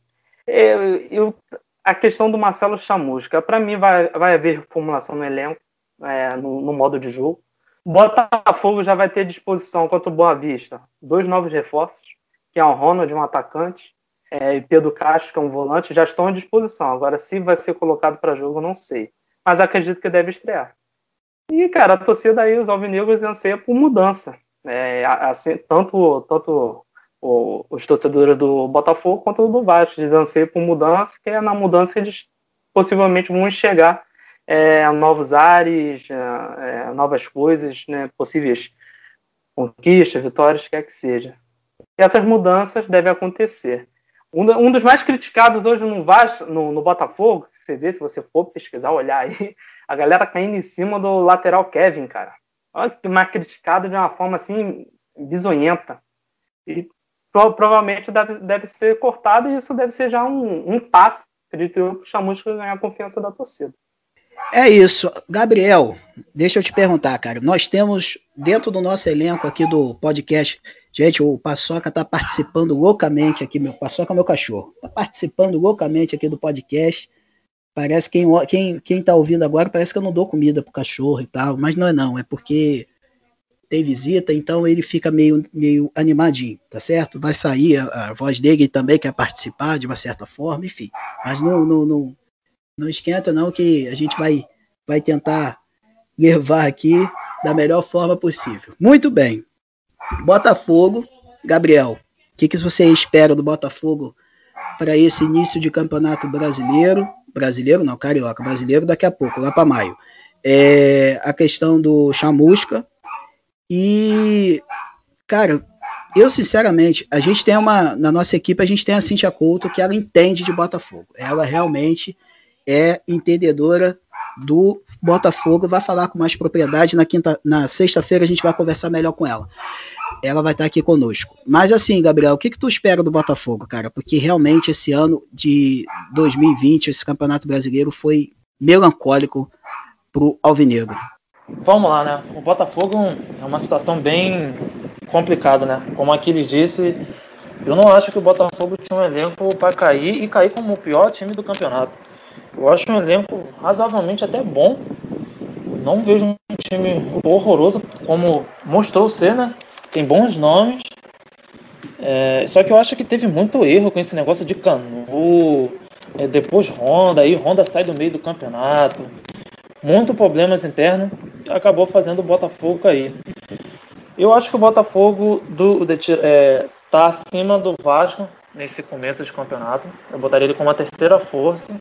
A questão do Marcelo Chamusca, para mim vai haver reformulação no elenco, no modo de jogo. O Botafogo já vai ter à disposição contra o Boa Vista 2 novos reforços, que é o Ronald, um atacante, e Pedro Castro, que é um volante, já estão à disposição. Agora, se vai ser colocado para jogo, eu não sei. Mas acredito que deve estrear. E, cara, a torcida aí, os alvinegros, anseia por mudança. Assim, tanto os torcedores do Botafogo quanto do Vasco. Eles anseiam por mudança, que é na mudança que eles possivelmente vão enxergar novos ares, novas coisas, né, possíveis conquistas, vitórias, quer que seja. E essas mudanças devem acontecer. Um dos mais criticados hoje no Botafogo, você vê, se você for pesquisar, olhar aí, a galera caindo em cima do lateral Kevin, cara. Olha que mais criticado de uma forma assim bizonhenta. E provavelmente deve ser cortado, e isso deve ser já um passo, acredito eu, para o Chamusca ganhar a confiança da torcida. É isso. Gabriel, deixa eu te perguntar, cara. Nós temos, dentro do nosso elenco aqui do podcast, gente, o Paçoca tá participando loucamente aqui, Paçoca é meu cachorro, tá participando loucamente aqui do podcast. Parece quem tá ouvindo agora, parece que eu não dou comida pro cachorro e tal, mas não, é porque tem visita, então ele fica meio animadinho, tá certo? Vai sair a voz dele também, quer participar de uma certa forma, enfim. Mas não esquenta não, que a gente vai tentar levar aqui da melhor forma possível. Muito bem. Botafogo, Gabriel, o que você espera do Botafogo para esse início de campeonato brasileiro? Brasileiro não, carioca. Brasileiro daqui a pouco, lá para maio. A questão do Chamusca. E, cara, eu sinceramente, a gente tem na nossa equipe, a gente tem a Cíntia Couto, que ela entende de Botafogo. Ela realmente é entendedora do Botafogo, vai falar com mais propriedade. Na sexta-feira a gente vai conversar melhor com ela. Ela vai estar aqui conosco. Mas assim, Gabriel, o que tu espera do Botafogo, cara? Porque realmente esse ano de 2020, esse Campeonato Brasileiro foi melancólico pro alvinegro. Vamos lá, né? O Botafogo é uma situação bem complicada, né? Como Aquiles disse, eu não acho que o Botafogo tinha um elenco para cair e cair como o pior time do campeonato. Eu acho um elenco razoavelmente até bom. Não vejo um time horroroso como mostrou ser, né? Tem bons nomes. Só que eu acho que teve muito erro com esse negócio de Canu, depois Honda, aí Honda sai do meio do campeonato. Muito problemas internos, acabou fazendo o Botafogo cair. Eu acho que o Botafogo tá acima do Vasco nesse começo de campeonato. Eu botaria ele como a terceira força.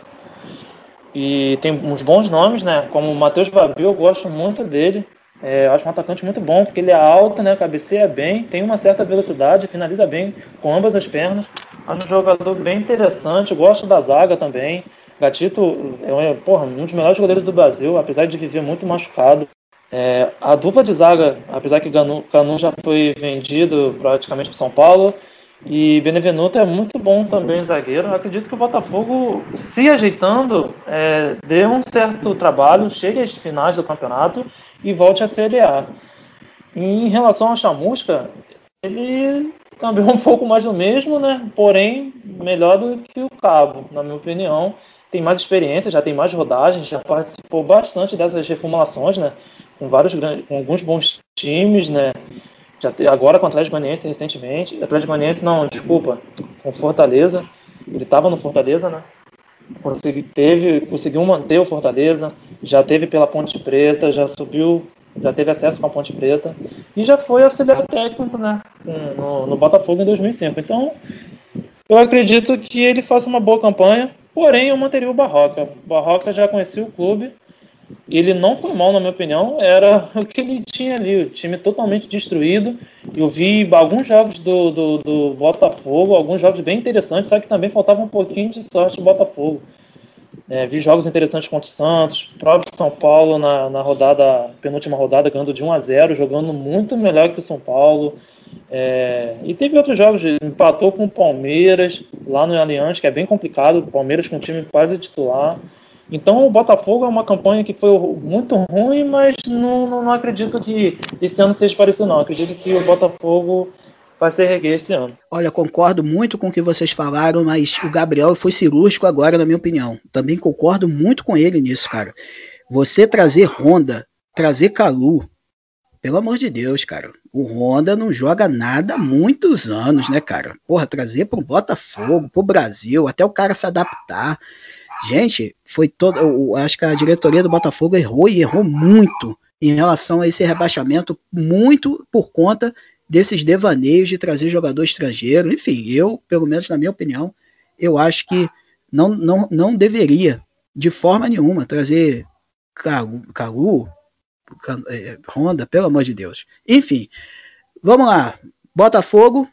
E tem uns bons nomes, né? Como o Matheus Babil, eu gosto muito dele. Eu acho um atacante muito bom, porque ele é alto, né? Cabeceia bem, tem uma certa velocidade, finaliza bem com ambas as pernas. Acho um jogador bem interessante, gosto da zaga também. Gatito é um dos melhores goleiros do Brasil, apesar de viver muito machucado. A dupla de zaga, apesar que Canu já foi vendido praticamente para São Paulo, e Benevenuto é muito bom também, zagueiro. Eu acredito que o Botafogo, se ajeitando, dê um certo trabalho, chegue às finais do campeonato e volte a Série A. Em relação ao Chamusca, ele também é um pouco mais do mesmo, né? Porém, melhor do que o Cabo, na minha opinião. Tem mais experiência, já tem mais rodagens, já participou bastante dessas reformulações, né? Com alguns bons times, né? Agora com o Atlético Goianiense recentemente. Atlético Goianiense não, desculpa, com Fortaleza. Ele estava no Fortaleza, né? Conseguiu manter o Fortaleza, já teve pela Ponte Preta, já subiu, já teve acesso com a Ponte Preta e já foi auxiliar técnico, né? No Botafogo em 2005. Então, eu acredito que ele faça uma boa campanha, porém eu manteria o Barroca. O Barroca já conhecia o clube. Ele não foi mal, na minha opinião, era o que ele tinha ali, o time totalmente destruído. Eu vi alguns jogos do Botafogo, alguns jogos bem interessantes, só que também faltava um pouquinho de sorte do Botafogo. Vi jogos interessantes contra o Santos, próprio São Paulo na penúltima rodada, ganhando de 1-0, jogando muito melhor que o São Paulo. E teve outros jogos, empatou com o Palmeiras, lá no Allianz, que é bem complicado, o Palmeiras com o time quase titular. Então o Botafogo é uma campanha que foi muito ruim, mas não acredito que esse ano seja parecido não. Acredito que o Botafogo vai se erguer esse ano. Olha, concordo muito com o que vocês falaram, mas o Gabriel foi cirúrgico agora, na minha opinião. Também concordo muito com ele nisso, cara. Você trazer Honda, trazer Calu, pelo amor de Deus, cara. O Honda não joga nada há muitos anos, né, cara? Porra, trazer pro Botafogo, pro Brasil, até o cara se adaptar. Gente, foi todo. Eu acho que a diretoria do Botafogo errou e errou muito em relação a esse rebaixamento, muito por conta desses devaneios de trazer jogador estrangeiro. Enfim, eu, pelo menos na minha opinião, eu acho que não deveria, de forma nenhuma, trazer Calu, Honda, pelo amor de Deus. Enfim, vamos lá. Botafogo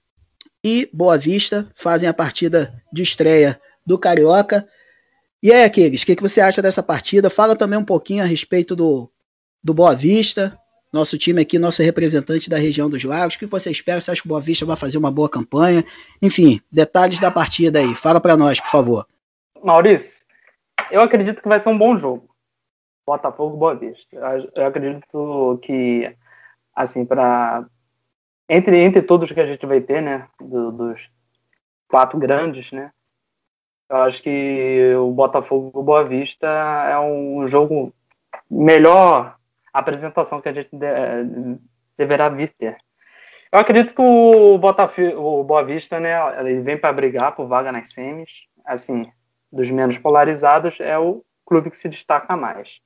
e Boa Vista fazem a partida de estreia do Carioca. E aí, Aquiles, o que você acha dessa partida? Fala também um pouquinho a respeito do Boa Vista, nosso time aqui, nosso representante da região dos Lagos. O que você espera? Você acha que o Boa Vista vai fazer uma boa campanha? Enfim, detalhes da partida aí. Fala para nós, por favor. Maurício, eu acredito que vai ser um bom jogo. Botafogo e Boa Vista. Eu acredito que, assim, entre todos que a gente vai ter, né, dos 4 grandes, né, eu acho que o Botafogo e o Boa Vista é um jogo melhor apresentação que a gente deverá vir ter. Eu acredito que o Boa Vista, né, ele vem para brigar por vaga nas semis. Assim, dos menos polarizados, é o clube que se destaca mais.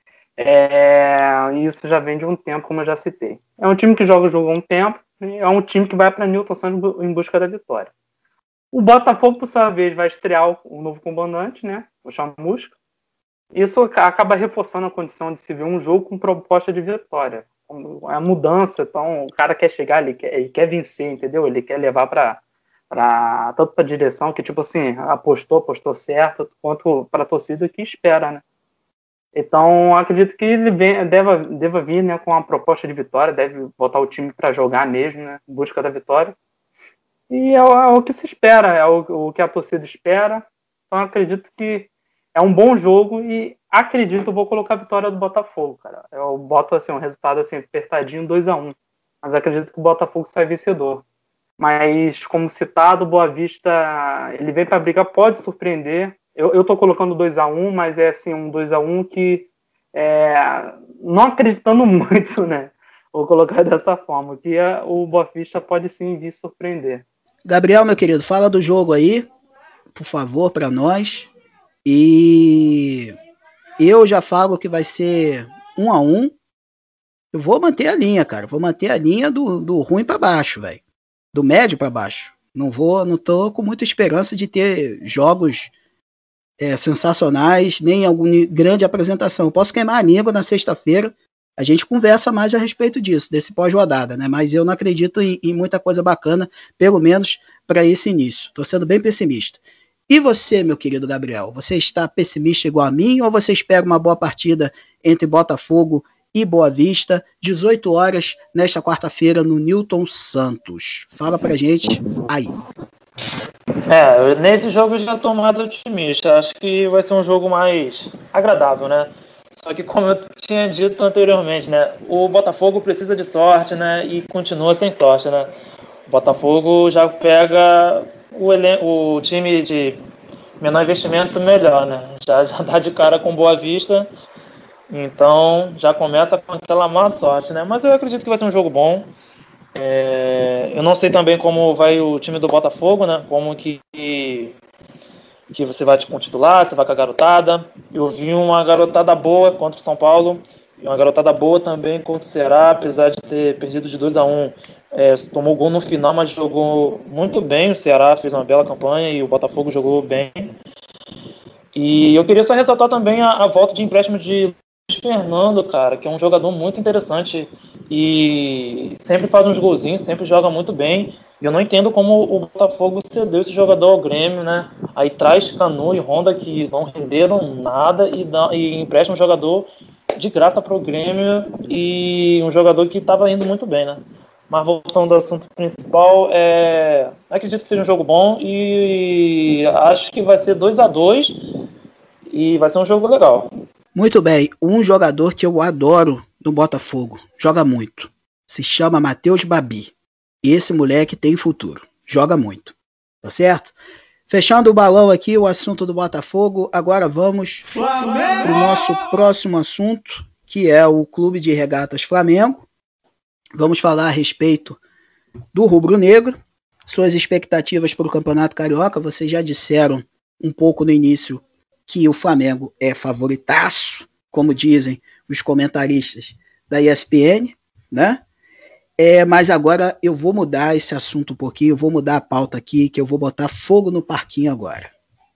Isso já vem de um tempo, como eu já citei. É um time que joga o jogo há um tempo, e é um time que vai para Newton Santos em busca da vitória. O Botafogo, por sua vez, vai estrear o novo comandante, né, o Chamusca. Isso acaba reforçando a condição de se ver um jogo com proposta de vitória. A mudança, então o cara quer chegar, ele quer vencer, entendeu? Ele quer levar tanto para a direção, que tipo assim, apostou certo, quanto para a torcida que espera, né? Então, acredito que ele deva vir, né, com uma proposta de vitória, deve botar o time para jogar mesmo, né, em busca da vitória. E é o que se espera, é o que a torcida espera. Então, acredito que é um bom jogo e acredito, eu vou colocar a vitória do Botafogo, cara. Eu boto assim, um resultado assim, apertadinho, 2-1. Mas acredito que o Botafogo sai vencedor. Mas, como citado, o Boa Vista, ele vem para brigar, pode surpreender. Eu tô colocando 2-1, mas é assim, um 2-1 que não acreditando muito, né? Vou colocar dessa forma, que o Boa Vista pode sim vir surpreender. Gabriel, meu querido, fala do jogo aí, por favor, para nós. E eu já falo que vai ser 1-1. Eu vou manter a linha, cara. Vou manter a linha do ruim para baixo, velho. Do médio para baixo. Não tô com muita esperança de ter jogos sensacionais, nem alguma grande apresentação. Eu posso queimar a língua na sexta-feira. A gente conversa mais a respeito disso, desse pós-rodada, né? Mas eu não acredito em muita coisa bacana, pelo menos para esse início. Tô sendo bem pessimista. E você, meu querido Gabriel, você está pessimista igual a mim ou você espera uma boa partida entre Botafogo e Boa Vista, 18 horas, nesta quarta-feira, no Newton Santos? Fala pra gente aí. Nesse jogo eu já estou mais otimista. Acho que vai ser um jogo mais agradável, né? Só que como eu tinha dito anteriormente, né? O Botafogo precisa de sorte, né? E continua sem sorte, né? O Botafogo já pega o time de menor investimento melhor, né? Já dá de cara com Boa Vista. Então já começa com aquela má sorte, né? Mas eu acredito que vai ser um jogo bom. Eu não sei também como vai o time do Botafogo, né? Como que você vai com titular, você vai com a garotada. Eu vi uma garotada boa contra o São Paulo, e uma garotada boa também contra o Ceará, apesar de ter perdido de 2-1. Tomou gol no final, mas jogou muito bem. O Ceará fez uma bela campanha e o Botafogo jogou bem. E eu queria só ressaltar também a volta de empréstimo de Luiz Fernando, cara, que é um jogador muito interessante e sempre faz uns golzinhos, sempre joga muito bem. E eu não entendo como o Botafogo cedeu esse jogador ao Grêmio, né? Aí traz Canu e Honda que não renderam nada e empresta um jogador de graça para o Grêmio e um jogador que estava indo muito bem, né? Mas voltando ao assunto principal, acredito que seja um jogo bom e acho que vai ser 2-2 e vai ser um jogo legal. Muito bem, um jogador que eu adoro no Botafogo, joga muito, se chama Matheus Babi. Esse moleque tem futuro, joga muito, tá certo? Fechando o balão aqui, o assunto do Botafogo, agora vamos para o nosso próximo assunto, que é o Clube de Regatas Flamengo. Vamos falar a respeito do Rubro Negro, suas expectativas para o Campeonato Carioca. Vocês já disseram um pouco no início que o Flamengo é favoritaço, como dizem os comentaristas da ESPN, né? Mas agora eu vou mudar esse assunto um pouquinho, eu vou mudar a pauta aqui, que eu vou botar fogo no parquinho agora.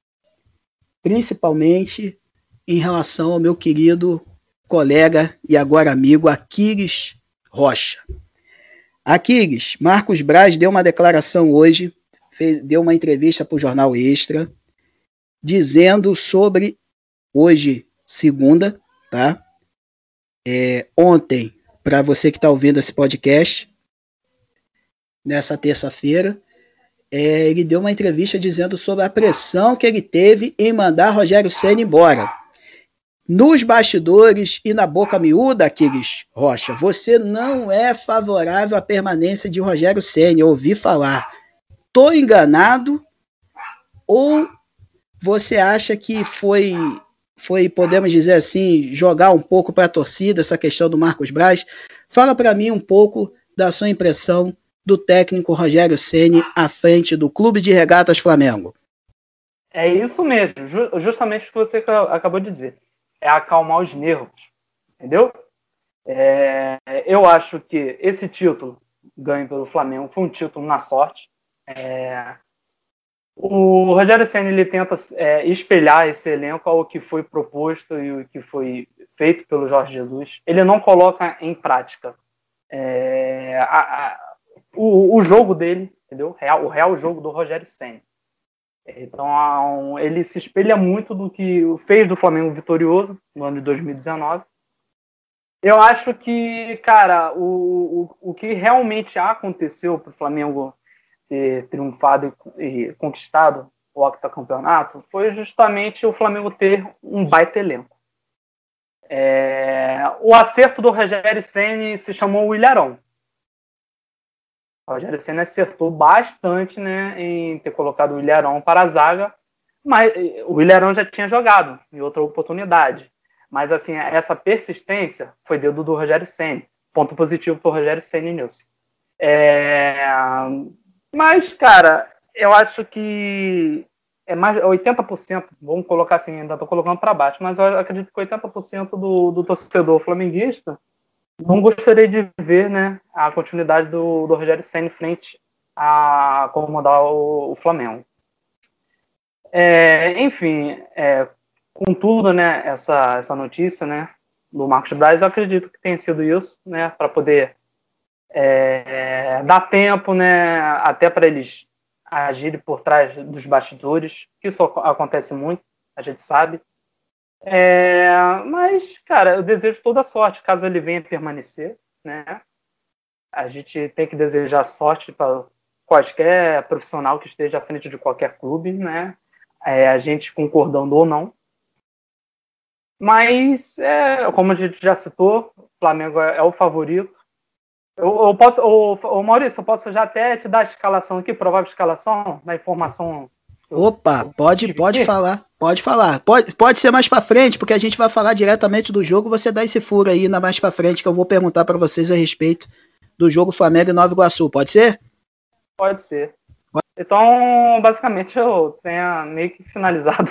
Principalmente em relação ao meu querido colega e agora amigo Aquiles Rocha. Aquiles, Marcos Braz deu uma declaração hoje, deu uma entrevista para o Jornal Extra, dizendo sobre, hoje, segunda, tá? Ontem, para você que está ouvindo esse podcast, nessa terça-feira, ele deu uma entrevista dizendo sobre a pressão que ele teve em mandar Rogério Ceni embora. Nos bastidores e na boca miúda, Aquiles Rocha, você não é favorável à permanência de Rogério Ceni, eu ouvi falar. Tô enganado ou você acha que foi, podemos dizer assim, jogar um pouco para a torcida essa questão do Marcos Braz? Fala para mim um pouco da sua impressão do técnico Rogério Ceni à frente do Clube de Regatas Flamengo. É isso mesmo, justamente o que você acabou de dizer. É acalmar os nervos, entendeu? Eu acho que esse título ganho pelo Flamengo foi um título na sorte. O Rogério Ceni ele tenta espelhar esse elenco ao que foi proposto e o que foi feito pelo Jorge Jesus. Ele não coloca em prática o jogo dele, entendeu? O real jogo do Rogério Ceni. Então ele se espelha muito do que fez do Flamengo vitorioso no ano de 2019. Eu acho que, cara, o que realmente aconteceu para o Flamengo ter triunfado e conquistado o octacampeonato foi justamente o Flamengo ter um baita elenco. O acerto do Rogério Ceni se chamou o Ilharão. O Rogério Ceni acertou bastante, né, em ter colocado o Ilharão para a zaga, mas o Ilharão já tinha jogado em outra oportunidade. Mas, assim, essa persistência foi dedo do Rogério Ceni. Ponto positivo para o Rogério Ceni nisso. Mas, cara, eu acho que é mais 80%, vamos colocar assim, ainda estou colocando para baixo, mas eu acredito que 80% do torcedor flamenguista não gostaria de ver, né, a continuidade do Rogério Ceni frente a comandar o Flamengo. Enfim, contudo, né, essa notícia, né, do Marcos Braz, eu acredito que tenha sido isso, né, para poder dar tempo, né, até para eles agirem por trás dos bastidores, que isso acontece muito, a gente sabe. Mas, cara, eu desejo toda a sorte, caso ele venha permanecer, né? A gente tem que desejar sorte para qualquer profissional que esteja à frente de qualquer clube, né? A gente concordando ou não. Mas, como a gente já citou, o Flamengo é o favorito. Eu posso, Maurício, eu posso já até te dar a escalação aqui, provável escalação, da informação. Opa, pode falar. Pode falar. Pode ser mais pra frente, porque a gente vai falar diretamente do jogo. Você dá esse furo aí mais pra frente, que eu vou perguntar pra vocês a respeito do jogo Flamengo e Nova Iguaçu. Pode ser? Pode ser. Então, basicamente, eu tenho meio que finalizado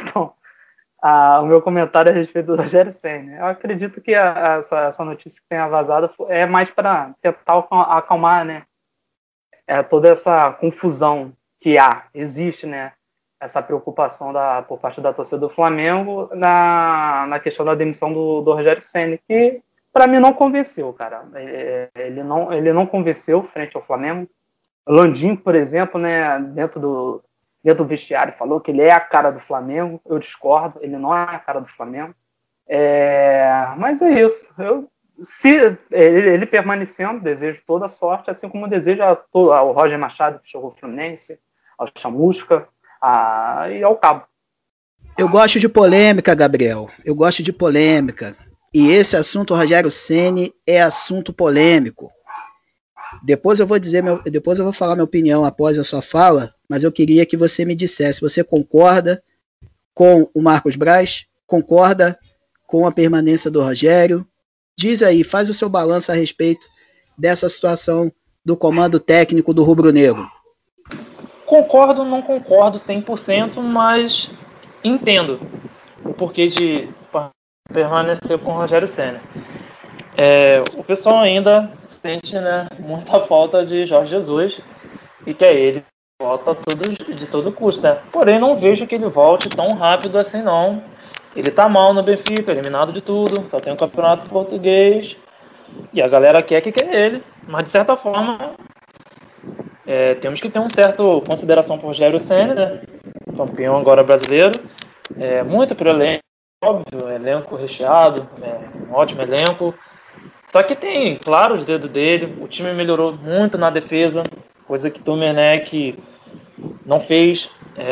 o meu comentário a respeito do Rogério Ceni. Eu acredito que essa notícia que tenha vazado é mais para tentar acalmar, né, toda essa confusão que existe, né, essa preocupação por parte da torcida do Flamengo na questão da demissão do Rogério Ceni, que para mim não convenceu, cara. Ele não convenceu frente ao Flamengo. O Landim, por exemplo, né, dentro do vestiário, falou que ele é a cara do Flamengo. Eu discordo, ele não é a cara do Flamengo. Mas é isso. Se ele permanecendo, desejo toda a sorte, assim como desejo ao Roger Machado, que jogou o Fluminense, ao Chamusca, e ao Cabo. Eu gosto de polêmica, Gabriel. Eu gosto de polêmica. E esse assunto, Rogério Ceni, é assunto polêmico. Depois eu vou falar minha opinião após a sua fala, mas eu queria que você me dissesse, você concorda com o Marcos Braz? Concorda com a permanência do Rogério? Diz aí, faz o seu balanço a respeito dessa situação do comando técnico do Rubro Negro. Concordo, não concordo 100%, mas entendo o porquê de permanecer com o Rogério Ceni. O pessoal ainda sente, né, muita falta de Jorge Jesus e que ele volta de todo custo, né? Porém, não vejo que ele volte tão rápido assim, não. Ele tá mal no Benfica, eliminado de tudo, só tem o Campeonato Português e a galera quer ele, mas de certa forma temos que ter um certo consideração por Rogério Ceni, né? Campeão agora brasileiro, muito pro elenco, óbvio, elenco recheado, um ótimo elenco. Só que tem, claro, os dedos dele. O time melhorou muito na defesa, coisa que Domenech não fez.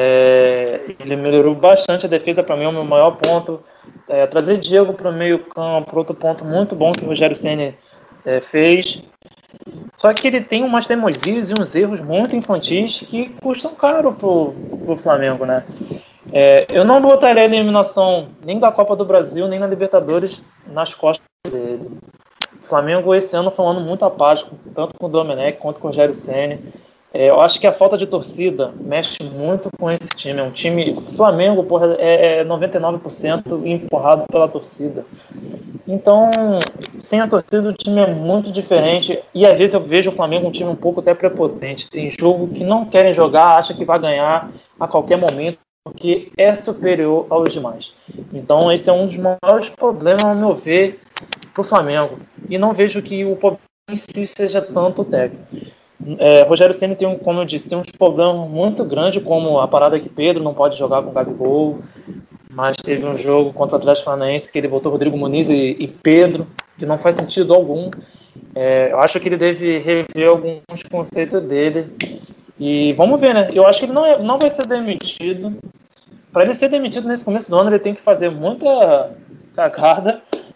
Ele melhorou bastante a defesa, para mim é o meu maior ponto. Trazer Diego para o meio campo, outro ponto muito bom que o Rogério Ceni fez. Só que ele tem umas teimosias e uns erros muito infantis que custam caro pro Flamengo, né? Eu não botaria a eliminação nem da Copa do Brasil, nem na Libertadores nas costas dele. O Flamengo esse ano falando muito apático, tanto com o Domenech quanto com o Rogério Ceni. Eu acho que a falta de torcida mexe muito com esse time. É um time... O Flamengo, porra, é 99% empurrado pela torcida. Então, sem a torcida, o time é muito diferente. E às vezes eu vejo o Flamengo um time um pouco até prepotente. Tem jogo que não querem jogar, acha que vai ganhar a qualquer momento, porque é superior aos demais. Então, esse é um dos maiores problemas, ao meu ver, para o Flamengo. E não vejo que o problema em si seja tanto o técnico. Rogério Ceni tem, como eu disse, tem uns problemas muito grandes, como a parada que Pedro não pode jogar com o Gabigol, mas teve um jogo contra o Atlético Paranaense que ele botou Rodrigo Muniz e Pedro, que não faz sentido algum. Eu acho que ele deve rever alguns conceitos dele. E vamos ver, né? Eu acho que ele não vai ser demitido. Para ele ser demitido nesse começo do ano, ele tem que fazer muita cagada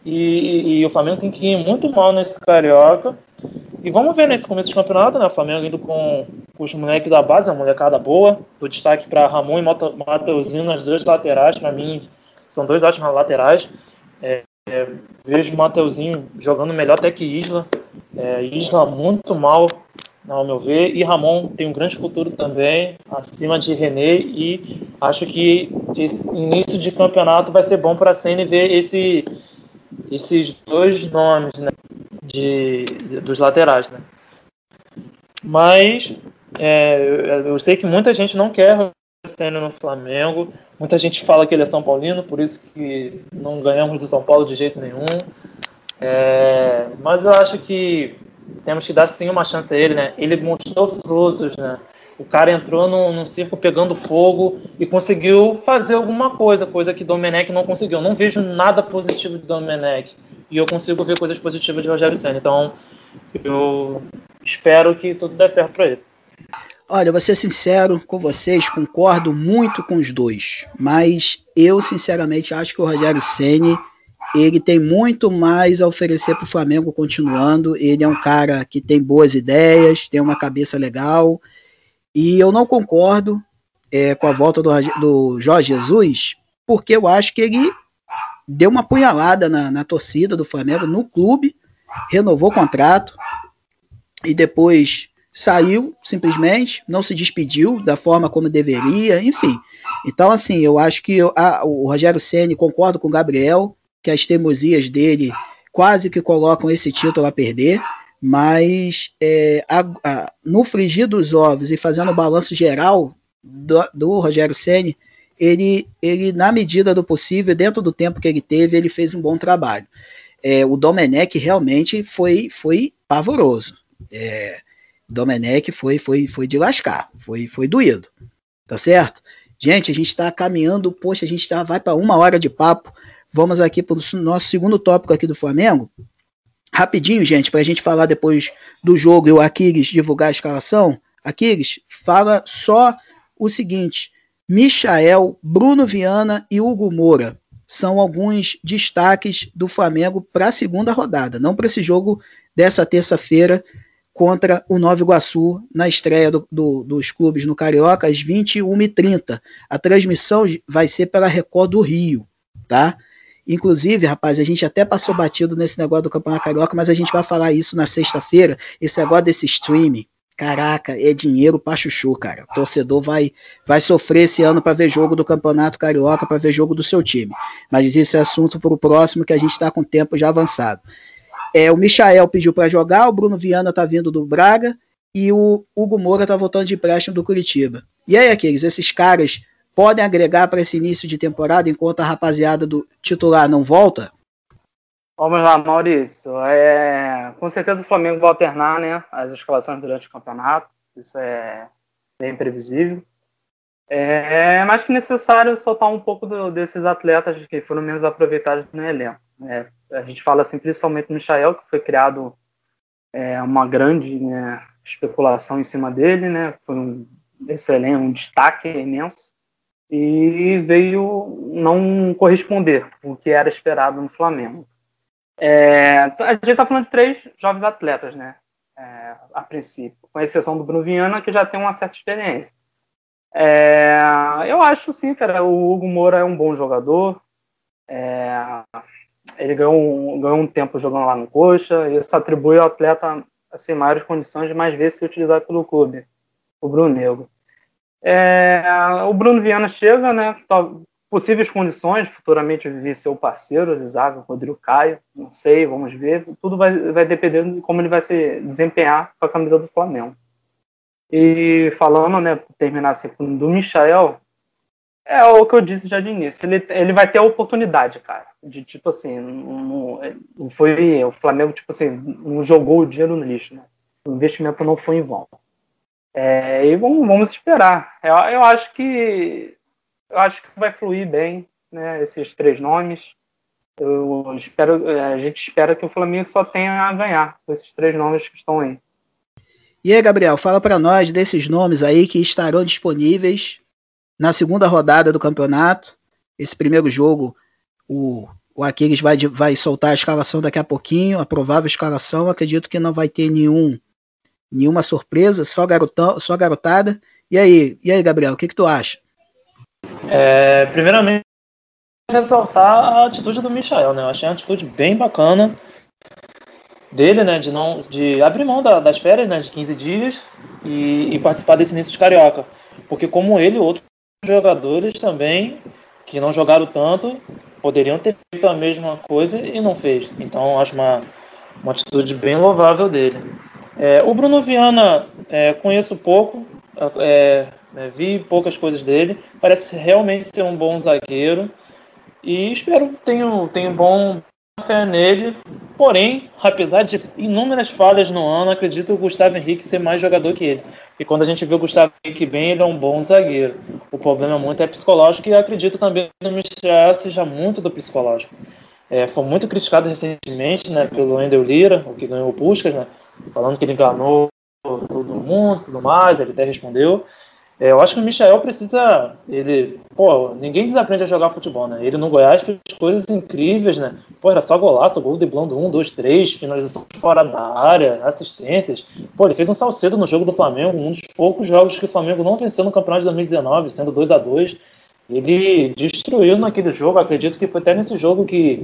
e o Flamengo tem que ir muito mal nesse Carioca. E vamos ver nesse começo de campeonato, né? O Flamengo indo com os moleques da base, uma molecada boa. O destaque para Ramon e Mateuzinho nas duas laterais, para mim, são dois ótimos laterais. Vejo o Mateuzinho jogando melhor até que Isla. Isla muito mal, ao meu ver. E Ramon tem um grande futuro também, acima de René. E acho que esse início de campeonato vai ser bom para a CN ver esses dois nomes, né, dos laterais, né? Mas eu sei que muita gente não quer o Ceni no Flamengo. Muita gente fala que ele é São Paulino, por isso que não ganhamos do São Paulo de jeito nenhum. Mas eu acho que temos que dar sim uma chance a ele, né? Ele mostrou frutos, né? O cara entrou num circo pegando fogo e conseguiu fazer alguma coisa que Domenech não conseguiu. Eu não vejo nada positivo de Domenech e eu consigo ver coisas positivas de Rogério Ceni. Então, eu espero que tudo dê certo para ele. Olha, vou ser sincero com vocês, concordo muito com os dois, mas eu sinceramente acho que o Rogério Ceni, ele tem muito mais a oferecer para o Flamengo continuando. Ele é um cara que tem boas ideias, tem uma cabeça legal, e eu não concordo com a volta do Jorge Jesus, porque eu acho que ele deu uma punhalada na torcida do Flamengo, no clube, renovou o contrato e depois saiu simplesmente, não se despediu da forma como deveria, enfim. Então, assim, eu acho que o Rogério Ceni, concordo com o Gabriel, que as teimosias dele quase que colocam esse título a perder, mas no frigir dos ovos e fazendo o balanço geral do Rogério Ceni, ele, na medida do possível, dentro do tempo que ele teve, ele fez um bom trabalho. O Domenech realmente foi pavoroso. Domenech foi de lascar, foi doído, tá certo? Gente, a gente tá caminhando, poxa, a gente vai para 1 hora de papo. Vamos aqui para o nosso segundo tópico aqui do Flamengo. Rapidinho, gente, para a gente falar depois do jogo e o Aquiles divulgar a escalação. Aquiles, fala só o seguinte: Michael, Bruno Viana e Hugo Moura são alguns destaques do Flamengo para a segunda rodada, não para esse jogo dessa terça-feira contra o Nova Iguaçu, na estreia dos clubes no Carioca, às 21h30. A transmissão vai ser pela Record do Rio, tá? Inclusive, rapaz, a gente até passou batido nesse negócio do Campeonato Carioca, mas a gente vai falar isso na sexta-feira. Esse negócio desse streaming, caraca, é dinheiro pra chuchu, cara. O torcedor vai sofrer esse ano para ver jogo do Campeonato Carioca, para ver jogo do seu time. Mas isso é assunto para o próximo, que a gente está com o tempo já avançado. O Michael pediu para jogar, o Bruno Viana tá vindo do Braga e o Hugo Moura tá voltando de empréstimo do Curitiba. E aí, esses caras podem agregar para esse início de temporada enquanto a rapaziada do titular não volta? Vamos lá, Maurício. Com certeza o Flamengo vai alternar, né, as escalações durante o campeonato. Isso é bem previsível. Mais que necessário soltar um pouco desses atletas que foram menos aproveitados no elenco. A gente fala assim, principalmente no Michael, que foi criado uma grande, né, especulação em cima dele, né? Foi um excelente, um destaque imenso, e veio não corresponder o que era esperado no Flamengo. A gente está falando de 3 jovens atletas, né? A princípio, com exceção do Bruno Viana, que já tem uma certa experiência. Eu acho sim, cara, o Hugo Moura é um bom jogador. Ele ganhou um tempo jogando lá no Coxa, e isso atribui ao atleta assim, maiores condições de mais vezes ser utilizado pelo clube, o Bruno Negro. O Bruno Viana chega, né? Possíveis condições, futuramente vir seu parceiro, Zaga, Rodrigo Caio, não sei, vamos ver. Tudo vai depender de como ele vai se desempenhar com a camisa do Flamengo. E falando, né, terminar assim, do Michael, é o que eu disse já de início. Ele vai ter a oportunidade, cara. De tipo assim, não foi. O Flamengo, tipo assim, não jogou o dinheiro no lixo, né? O investimento não foi em vão. E vamos esperar. Eu acho que vai fluir bem, né? Esses 3 nomes. A gente espera que o Flamengo só tenha a ganhar com esses 3 nomes que estão aí. E aí, Gabriel, fala para nós desses nomes aí que estarão disponíveis na segunda rodada do campeonato. Esse primeiro jogo, o O Aquiles vai soltar a escalação daqui a pouquinho, a provável escalação. Acredito que não vai ter nenhuma surpresa, só garotada. E aí, Gabriel, o que tu acha? Primeiramente, ressaltar a atitude do Michael, né? Eu achei uma atitude bem bacana dele, né? De abrir mão das férias, né? De 15 dias e participar desse início de Carioca. Porque como ele, outros jogadores também, que não jogaram tanto, poderiam ter feito a mesma coisa e não fez. Então, acho uma atitude bem louvável dele. O Bruno Viana, conheço pouco, vi poucas coisas dele. Parece realmente ser um bom zagueiro. E tenho bom fé nele. Porém, apesar de inúmeras falhas no ano, acredito o Gustavo Henrique ser mais jogador que ele. E quando a gente vê o Gustavo Henrique bem, ele é um bom zagueiro. O problema muito é psicológico e acredito também que o Michel seja muito do psicológico. Foi muito criticado recentemente, né, pelo Wendel Lira, o que ganhou o Puskás, né, falando que ele enganou todo mundo, tudo mais, ele até respondeu. Eu acho que o Michael precisa... ninguém desaprende a jogar futebol, né? Ele no Goiás fez coisas incríveis, né? Era só golaço, gol driblando 1, 2, 3, finalização fora da área, assistências. Ele fez um salcedo no jogo do Flamengo, um dos poucos jogos que o Flamengo não venceu no campeonato de 2019, sendo 2-2. Ele destruiu naquele jogo, acredito que foi até nesse jogo que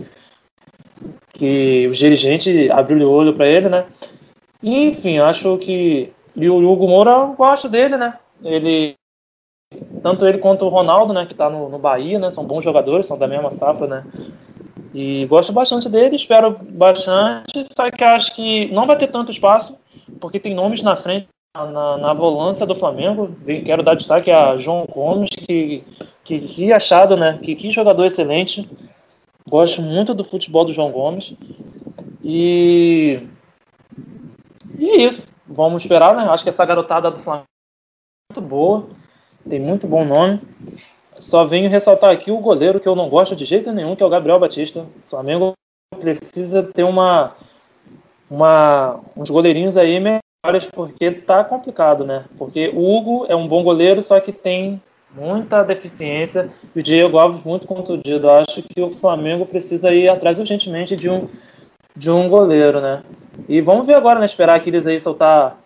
os dirigentes abriram o olho para ele, né? E, enfim, acho que... E o Hugo Moura, eu gosto dele, né? Tanto ele quanto o Ronaldo, né, que tá no Bahia, né, são bons jogadores, são da mesma safra, né, e gosto bastante dele, espero bastante, só que acho que não vai ter tanto espaço, porque tem nomes na frente, na volância do Flamengo. Quero dar destaque a João Gomes, que achado, né, que jogador excelente, gosto muito do futebol do João Gomes, e é isso, vamos esperar, né, acho que essa garotada do Flamengo muito boa, tem muito bom nome. Só venho ressaltar aqui o goleiro que eu não gosto de jeito nenhum, que é o Gabriel Batista. O Flamengo precisa ter uns goleirinhos aí melhores, porque tá complicado, né? Porque o Hugo é um bom goleiro, só que tem muita deficiência, e o Diego Alves muito contundido. Eu acho que o Flamengo precisa ir atrás urgentemente de um goleiro, né? E vamos ver agora, né? Esperar que eles aí soltar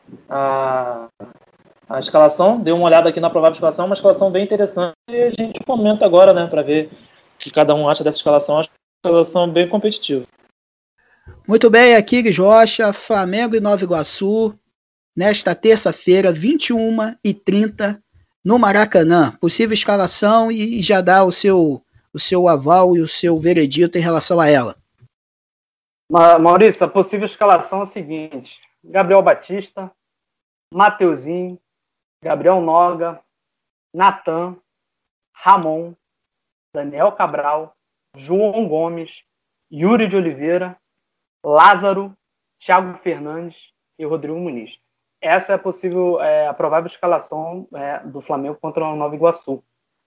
a escalação. Dei uma olhada aqui na provável escalação, uma escalação bem interessante, e a gente comenta agora, né, para ver o que cada um acha dessa escalação. Acho uma escalação bem competitiva. Muito bem, Aquiles Rocha, Flamengo e Nova Iguaçu, nesta terça-feira, 21h30, no Maracanã. Possível escalação e já dá o seu aval e o seu veredito em relação a ela. Maurício, a possível escalação é a seguinte: Gabriel Batista, Mateuzinho, Gabriel Noga, Natan, Ramon, Daniel Cabral, João Gomes, Yuri de Oliveira, Lázaro, Thiago Fernandes e Rodrigo Muniz. Essa é a provável escalação do Flamengo contra o Nova Iguaçu.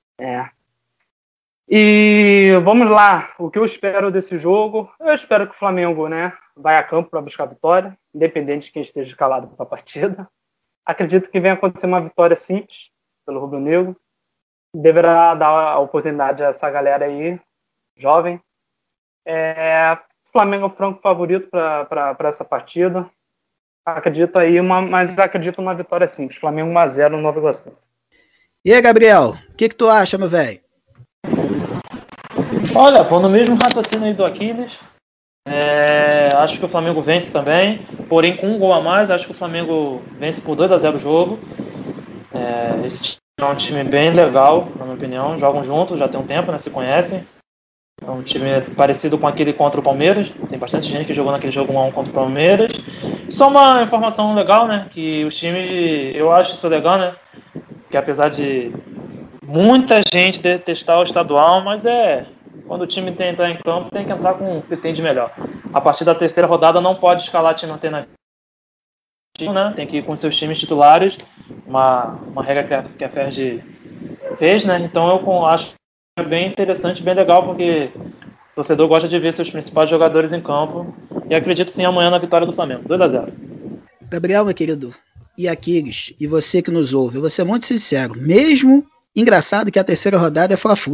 E vamos lá, o que eu espero desse jogo? Eu espero que o Flamengo, né, vai a campo para buscar a vitória, independente de quem esteja escalado para a partida. Acredito que venha acontecer uma vitória simples pelo rubro-negro. Deverá dar a oportunidade a essa galera aí, jovem. Flamengo é o franco favorito para essa partida. Acredito aí, mas acredito numa vitória simples. Flamengo 1-0 no Nova Iguaçu. E aí, Gabriel, o que tu acha, meu velho? Olha, vou no mesmo raciocínio aí do Aquiles. Acho que o Flamengo vence também, porém com um gol a mais. Acho que o Flamengo vence por 2-0 o jogo. Esse time é um time bem legal, na minha opinião. Jogam juntos, já tem um tempo, né? Se conhecem. É um time parecido com aquele contra o Palmeiras. Tem bastante gente que jogou naquele jogo 1-1 contra o Palmeiras. Só uma informação legal, né? Que o time, eu acho isso legal, né? Que apesar de muita gente detestar o estadual, mas quando o time tem que entrar em campo, tem que entrar com o que tem de melhor. A partir da terceira rodada não pode escalar time alternativo, né? Tem que ir com seus times titulares, uma regra que a Ferdi fez, né? Então eu acho bem interessante, bem legal, porque o torcedor gosta de ver seus principais jogadores em campo, e acredito sim amanhã na vitória do Flamengo, 2-0. Gabriel, meu querido, e Aquiles, e você que nos ouve, eu vou ser muito sincero, mesmo engraçado que a terceira rodada é Fla-Flu, né?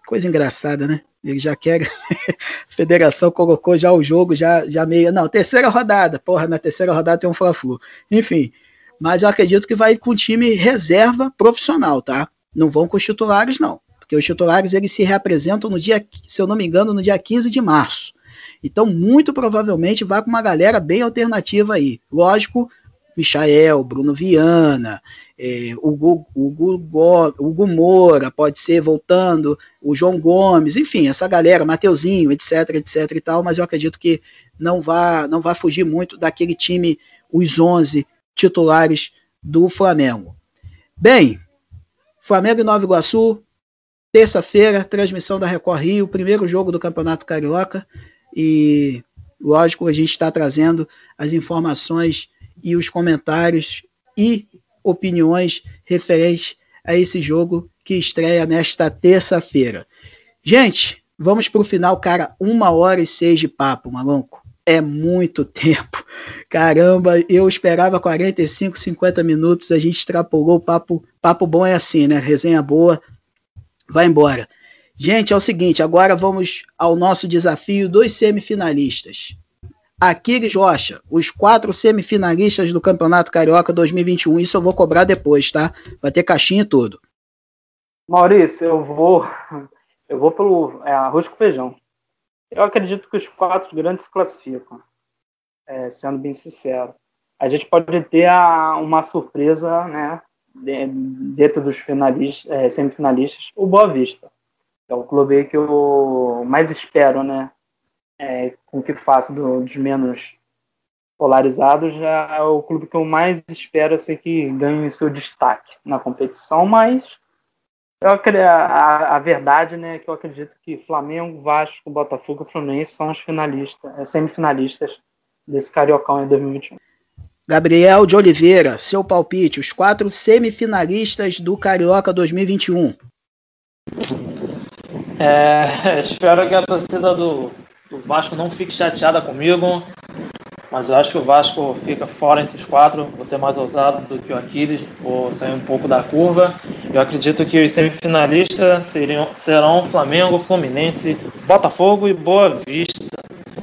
Coisa engraçada, né? Ele já quer. A federação colocou já o jogo, já meio. Não, terceira rodada. Porra, na terceira rodada tem um Fla-Flu. Enfim. Mas eu acredito que vai com time reserva profissional, tá? Não vão com os titulares, não. Porque os titulares eles se reapresentam no dia, se eu não me engano, no dia 15 de março. Então, muito provavelmente vai com uma galera bem alternativa aí. Lógico, Michael, Bruno Viana, o Hugo Moura, pode ser voltando, o João Gomes, enfim, essa galera, Mateuzinho, etc e tal, mas eu acredito que não vai fugir muito daquele time, os 11 titulares do Flamengo. Bem, Flamengo e Nova Iguaçu, terça-feira, transmissão da Record Rio, primeiro jogo do Campeonato Carioca, e lógico, a gente está trazendo as informações e os comentários e opiniões referentes a esse jogo que estreia nesta terça-feira. Gente, vamos para o final, cara, 1h06 de papo, maluco. É muito tempo. Caramba, eu esperava 45, 50 minutos, a gente extrapolou o papo. Papo bom é assim, né? Resenha boa, vai embora. Gente, é o seguinte, agora vamos ao nosso desafio dos semifinalistas. Aquiles Rocha, os 4 semifinalistas do Campeonato Carioca 2021. Isso eu vou cobrar depois, tá? Vai ter caixinha e tudo. Maurício, eu vou pelo arroz com feijão. Eu acredito que os 4 grandes se classificam, sendo bem sincero. A gente pode ter uma surpresa, né, dentro dos semifinalistas, o Boa Vista. É o clube que eu mais espero, né? Com que faça dos menos polarizados, já é o clube que eu mais espero assim, que ganhe seu destaque na competição, mas a verdade, né, que eu acredito que Flamengo, Vasco, Botafogo e Fluminense são os semifinalistas desse Cariocão em 2021. Gabriel de Oliveira, seu palpite, os 4 semifinalistas do Carioca 2021. Espero que a torcida do Vasco não fique chateada comigo, mas eu acho que o Vasco fica fora entre os 4, vou ser mais ousado do que o Aquiles, vou sair um pouco da curva. Eu acredito que os semifinalistas serão Flamengo, Fluminense, Botafogo e Boa Vista.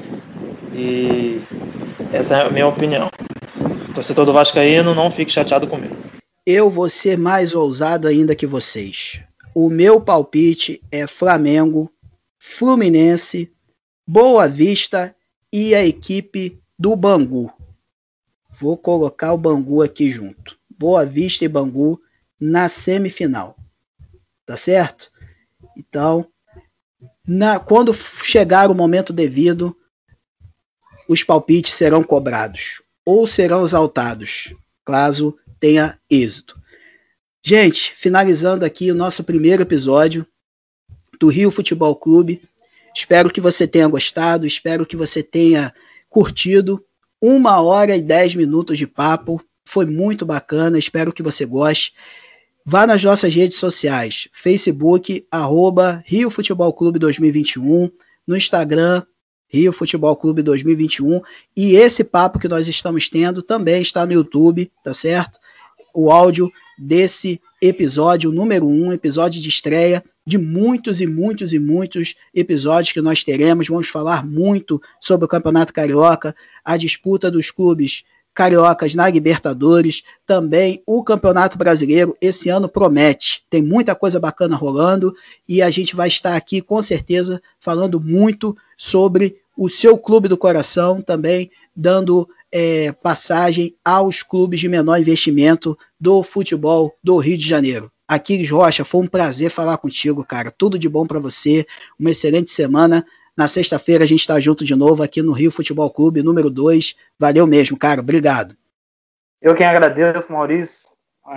E essa é a minha opinião. Torcedor do Vascaíno, não fique chateado comigo. Eu vou ser mais ousado ainda que vocês. O meu palpite é Flamengo, Fluminense, Boa Vista e a equipe do Bangu. Vou colocar o Bangu aqui junto. Boa Vista e Bangu na semifinal. Tá certo? Então, quando chegar o momento devido, os palpites serão cobrados ou serão exaltados, caso tenha êxito. Gente, finalizando aqui o nosso primeiro episódio do Rio Futebol Clube. Espero que você tenha gostado, espero que você tenha curtido. 1h10 de papo, foi muito bacana, espero que você goste. Vá nas nossas redes sociais, Facebook, @Rio Futebol Clube 2021, no Instagram, Rio Futebol Clube 2021, e esse papo que nós estamos tendo também está no YouTube, tá certo? O áudio desse episódio número 1, episódio de estreia, de muitos e muitos e muitos episódios que nós teremos. Vamos falar muito sobre o Campeonato Carioca, a disputa dos clubes cariocas na Libertadores, também o Campeonato Brasileiro. Esse ano promete, tem muita coisa bacana rolando e a gente vai estar aqui com certeza falando muito sobre o seu clube do coração, também dando passagem aos clubes de menor investimento do futebol do Rio de Janeiro. Aquiles Rocha, foi um prazer falar contigo, cara. Tudo de bom para você, uma excelente semana. Na sexta-feira a gente está junto de novo aqui no Rio Futebol Clube, número 2. Valeu mesmo, cara. Obrigado. Eu quem agradeço, Maurício.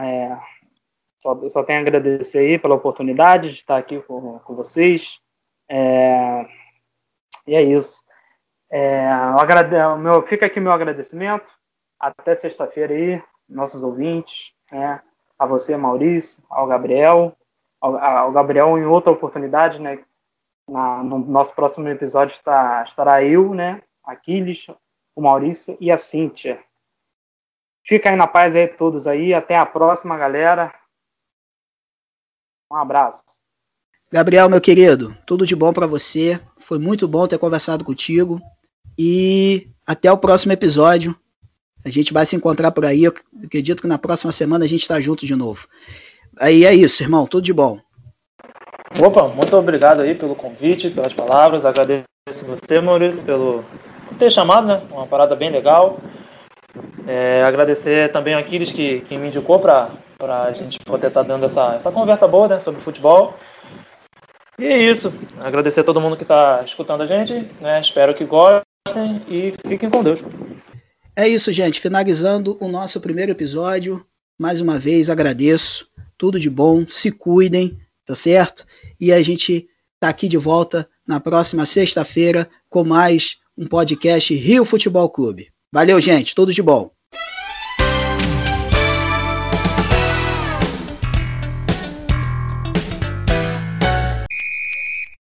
Só tenho a agradecer aí pela oportunidade de estar aqui com vocês. E é isso. Fica aqui meu agradecimento. Até sexta-feira aí, nossos ouvintes, né? A você, Maurício, ao Gabriel. Ao Gabriel em outra oportunidade, né? No nosso próximo episódio estará eu, né? Aquiles, o Maurício e a Cíntia. Fica aí na paz aí todos aí. Até a próxima, galera. Um abraço. Gabriel, meu querido, tudo de bom para você. Foi muito bom ter conversado contigo. E até o próximo episódio. A gente vai se encontrar por aí. Eu acredito que na próxima semana a gente tá junto de novo. Aí é isso, irmão. Tudo de bom. Opa, muito obrigado aí pelo convite, pelas palavras. Agradeço você, Maurício, por ter chamado, né? Uma parada bem legal. Agradecer também a Aquiles que me indicou para a gente poder estar dando essa conversa boa, né, sobre futebol. E é isso. Agradecer a todo mundo que está escutando a gente, né? Espero que gostem e fiquem com Deus. É isso, gente. Finalizando o nosso primeiro episódio. Mais uma vez, agradeço. Tudo de bom. Se cuidem, tá certo? E a gente tá aqui de volta na próxima sexta-feira com mais um podcast Rio Futebol Clube. Valeu, gente. Tudo de bom.